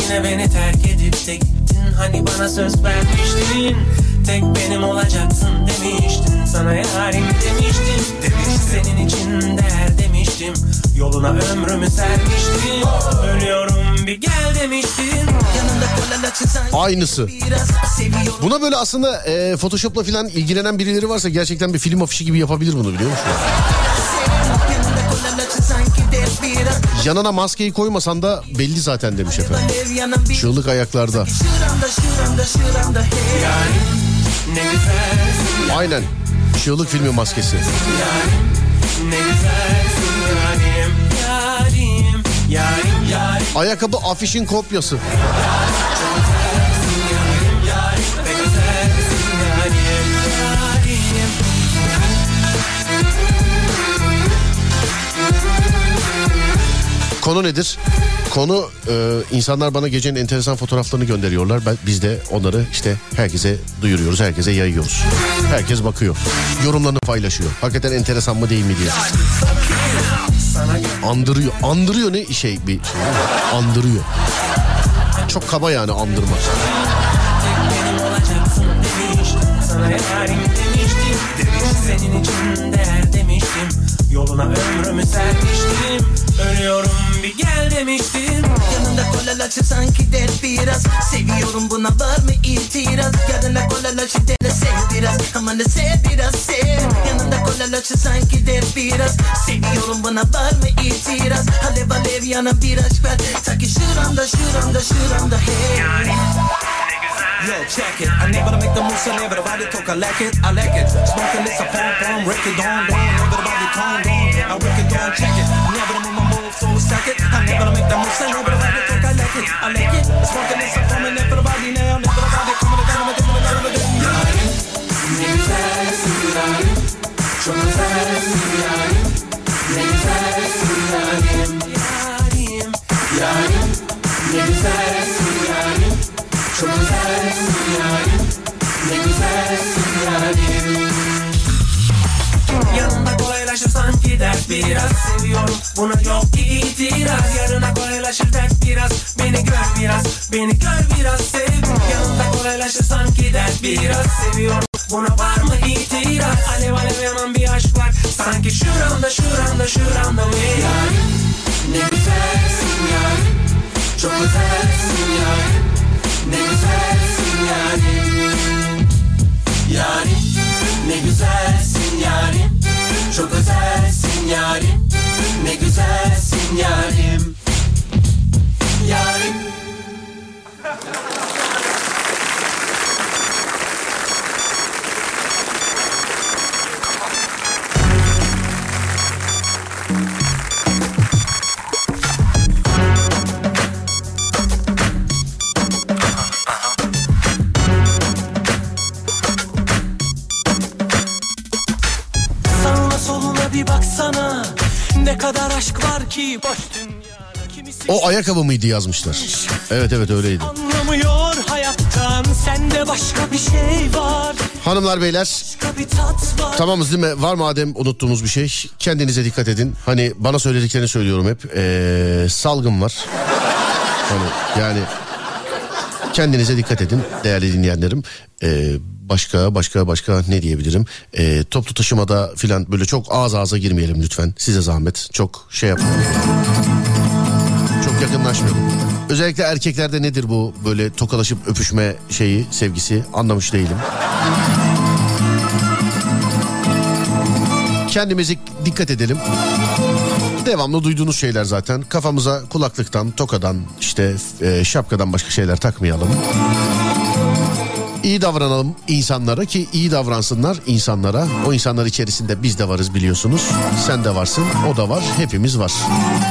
Yine beni terk edip de gittin. Hani bana söz vermiştin, tek benim olacaksın demiştin. Sana yarim demiştim, senin için değer demiştim. Yoluna ömrümü sermiştim. Ölüyorum bir gel demiştim. Aynısı. Buna böyle aslında Photoshop'la falan ilgilenen birileri varsa gerçekten bir film afişi gibi yapabilir bunu, biliyor musun? Yanına maskeyi koymasan da belli zaten demiş efendim. Çığlık ayaklarda. Aynen. Çığlık filmi maskesi. Ayakkabı afişin kopyası. Konu nedir? Konu insanlar bana gecenin enteresan fotoğraflarını gönderiyorlar. Biz de onları işte herkese duyuruyoruz, herkese yayıyoruz. Herkes bakıyor, yorumlarını paylaşıyor. Hakikaten enteresan mı değil mi diye. Andırıyor ne şey bir şey. Andırıyor. Çok kaba yani andırmak. Sana yarim demiştim, senin için değer demiştim. Yoluna ömrümü sermiştim. Ölüyorum bir gel demiştim. Yanında kolalaşır sanki dert biraz. Seviyorum buna var mı itiraz? Yanında kolalaşır dene sev biraz. Aman da sev biraz sev. Yanında kolalaşır sanki dert biraz. Seviyorum buna var mı itiraz? Alev alev yana bir aşk ver. Ta ki şuramda hey. Yo, check it. I never make the moves, and everybody talk. I like it. Smoking this a pom, break it down. Everybody calm down. I break it down, check it. Never move my move, so stack it. I never make the moves, and everybody talk. I like it. Smoking this a pom, and everybody now. Everybody coming together. Yarim, ne güzelsin yarim. Çok güzelsin yarim. Ne güzelsin yarim. Yarim, ne güzelsin yarim. Çok güzelsin yarim, ne güzelsin yarim. Yanında kolaylaşır sanki dert biraz. Seviyorum buna yok ki itiraz. Yarına kolaylaşır dert biraz. Beni gör biraz sev. Yanında kolaylaşır sanki dert biraz. Seviyorum buna var mı itiraz? Alev alev yanan bir aşk var. Sanki şuramda yarim, ne güzelsin yarim. Çok güzelsin yarim. Ne güzelsin yarim. Yarim, ne güzelsin yarim. Çok güzelsin yarim. Ne güzelsin yarim. Yarim. Bir baksana ne kadar aşk var ki boş dünyada. O ayakkabı mıydı yazmışlar? Evet öyleydi. Anlamıyor hayattan, sende başka bir şey var. Hanımlar beyler, tamamız değil mi? Var madem unuttuğumuz bir şey, kendinize dikkat edin. Hani bana söylediklerini söylüyorum hep. Salgın var. Hani yani kendinize dikkat edin değerli dinleyenlerim. Başka ne diyebilirim? Toplu taşımada filan böyle çok ağza girmeyelim lütfen. Size zahmet. Çok şey yapmayın. Çok yakınlaşmayalım. Özellikle erkeklerde nedir bu böyle tokalaşıp öpüşme şeyi, sevgisi, anlamış değilim. Kendimize dikkat edelim. Devamlı duyduğunuz şeyler zaten. Kafamıza kulaklıktan, tokadan, işte şapkadan başka şeyler takmayalım. İyi davranalım insanlara ki iyi davransınlar insanlara. O insanlar içerisinde biz de varız biliyorsunuz. Sen de varsın, o da var, hepimiz var.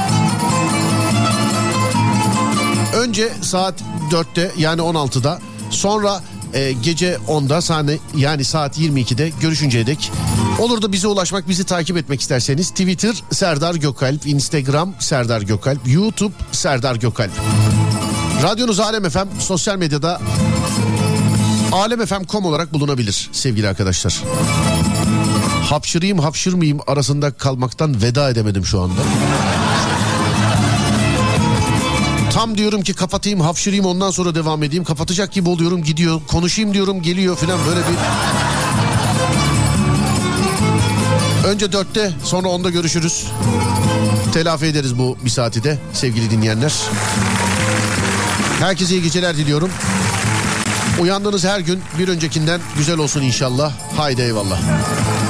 Önce saat 4'te yani 16'da, sonra gece 10'da yani saat 22'de görüşünceye dek. Olur da bize ulaşmak, bizi takip etmek isterseniz Twitter Serdar Gökalp, Instagram Serdar Gökalp, YouTube Serdar Gökalp. Radyonuz Alem FM, sosyal medyada alemfm.com olarak bulunabilir sevgili arkadaşlar. Hapşırayım hapşırmayayım arasında kalmaktan veda edemedim şu anda. Tam diyorum ki kapatayım, hapşırayım, ondan sonra devam edeyim. Kapatacak gibi oluyorum, gidiyor. Konuşayım diyorum, geliyor falan, böyle bir... Önce 4'te, sonra 10'da görüşürüz. Telafi ederiz bu bir saati de sevgili dinleyenler. Herkese iyi geceler diliyorum. Uyandığınız her gün bir öncekinden güzel olsun inşallah. Haydi eyvallah.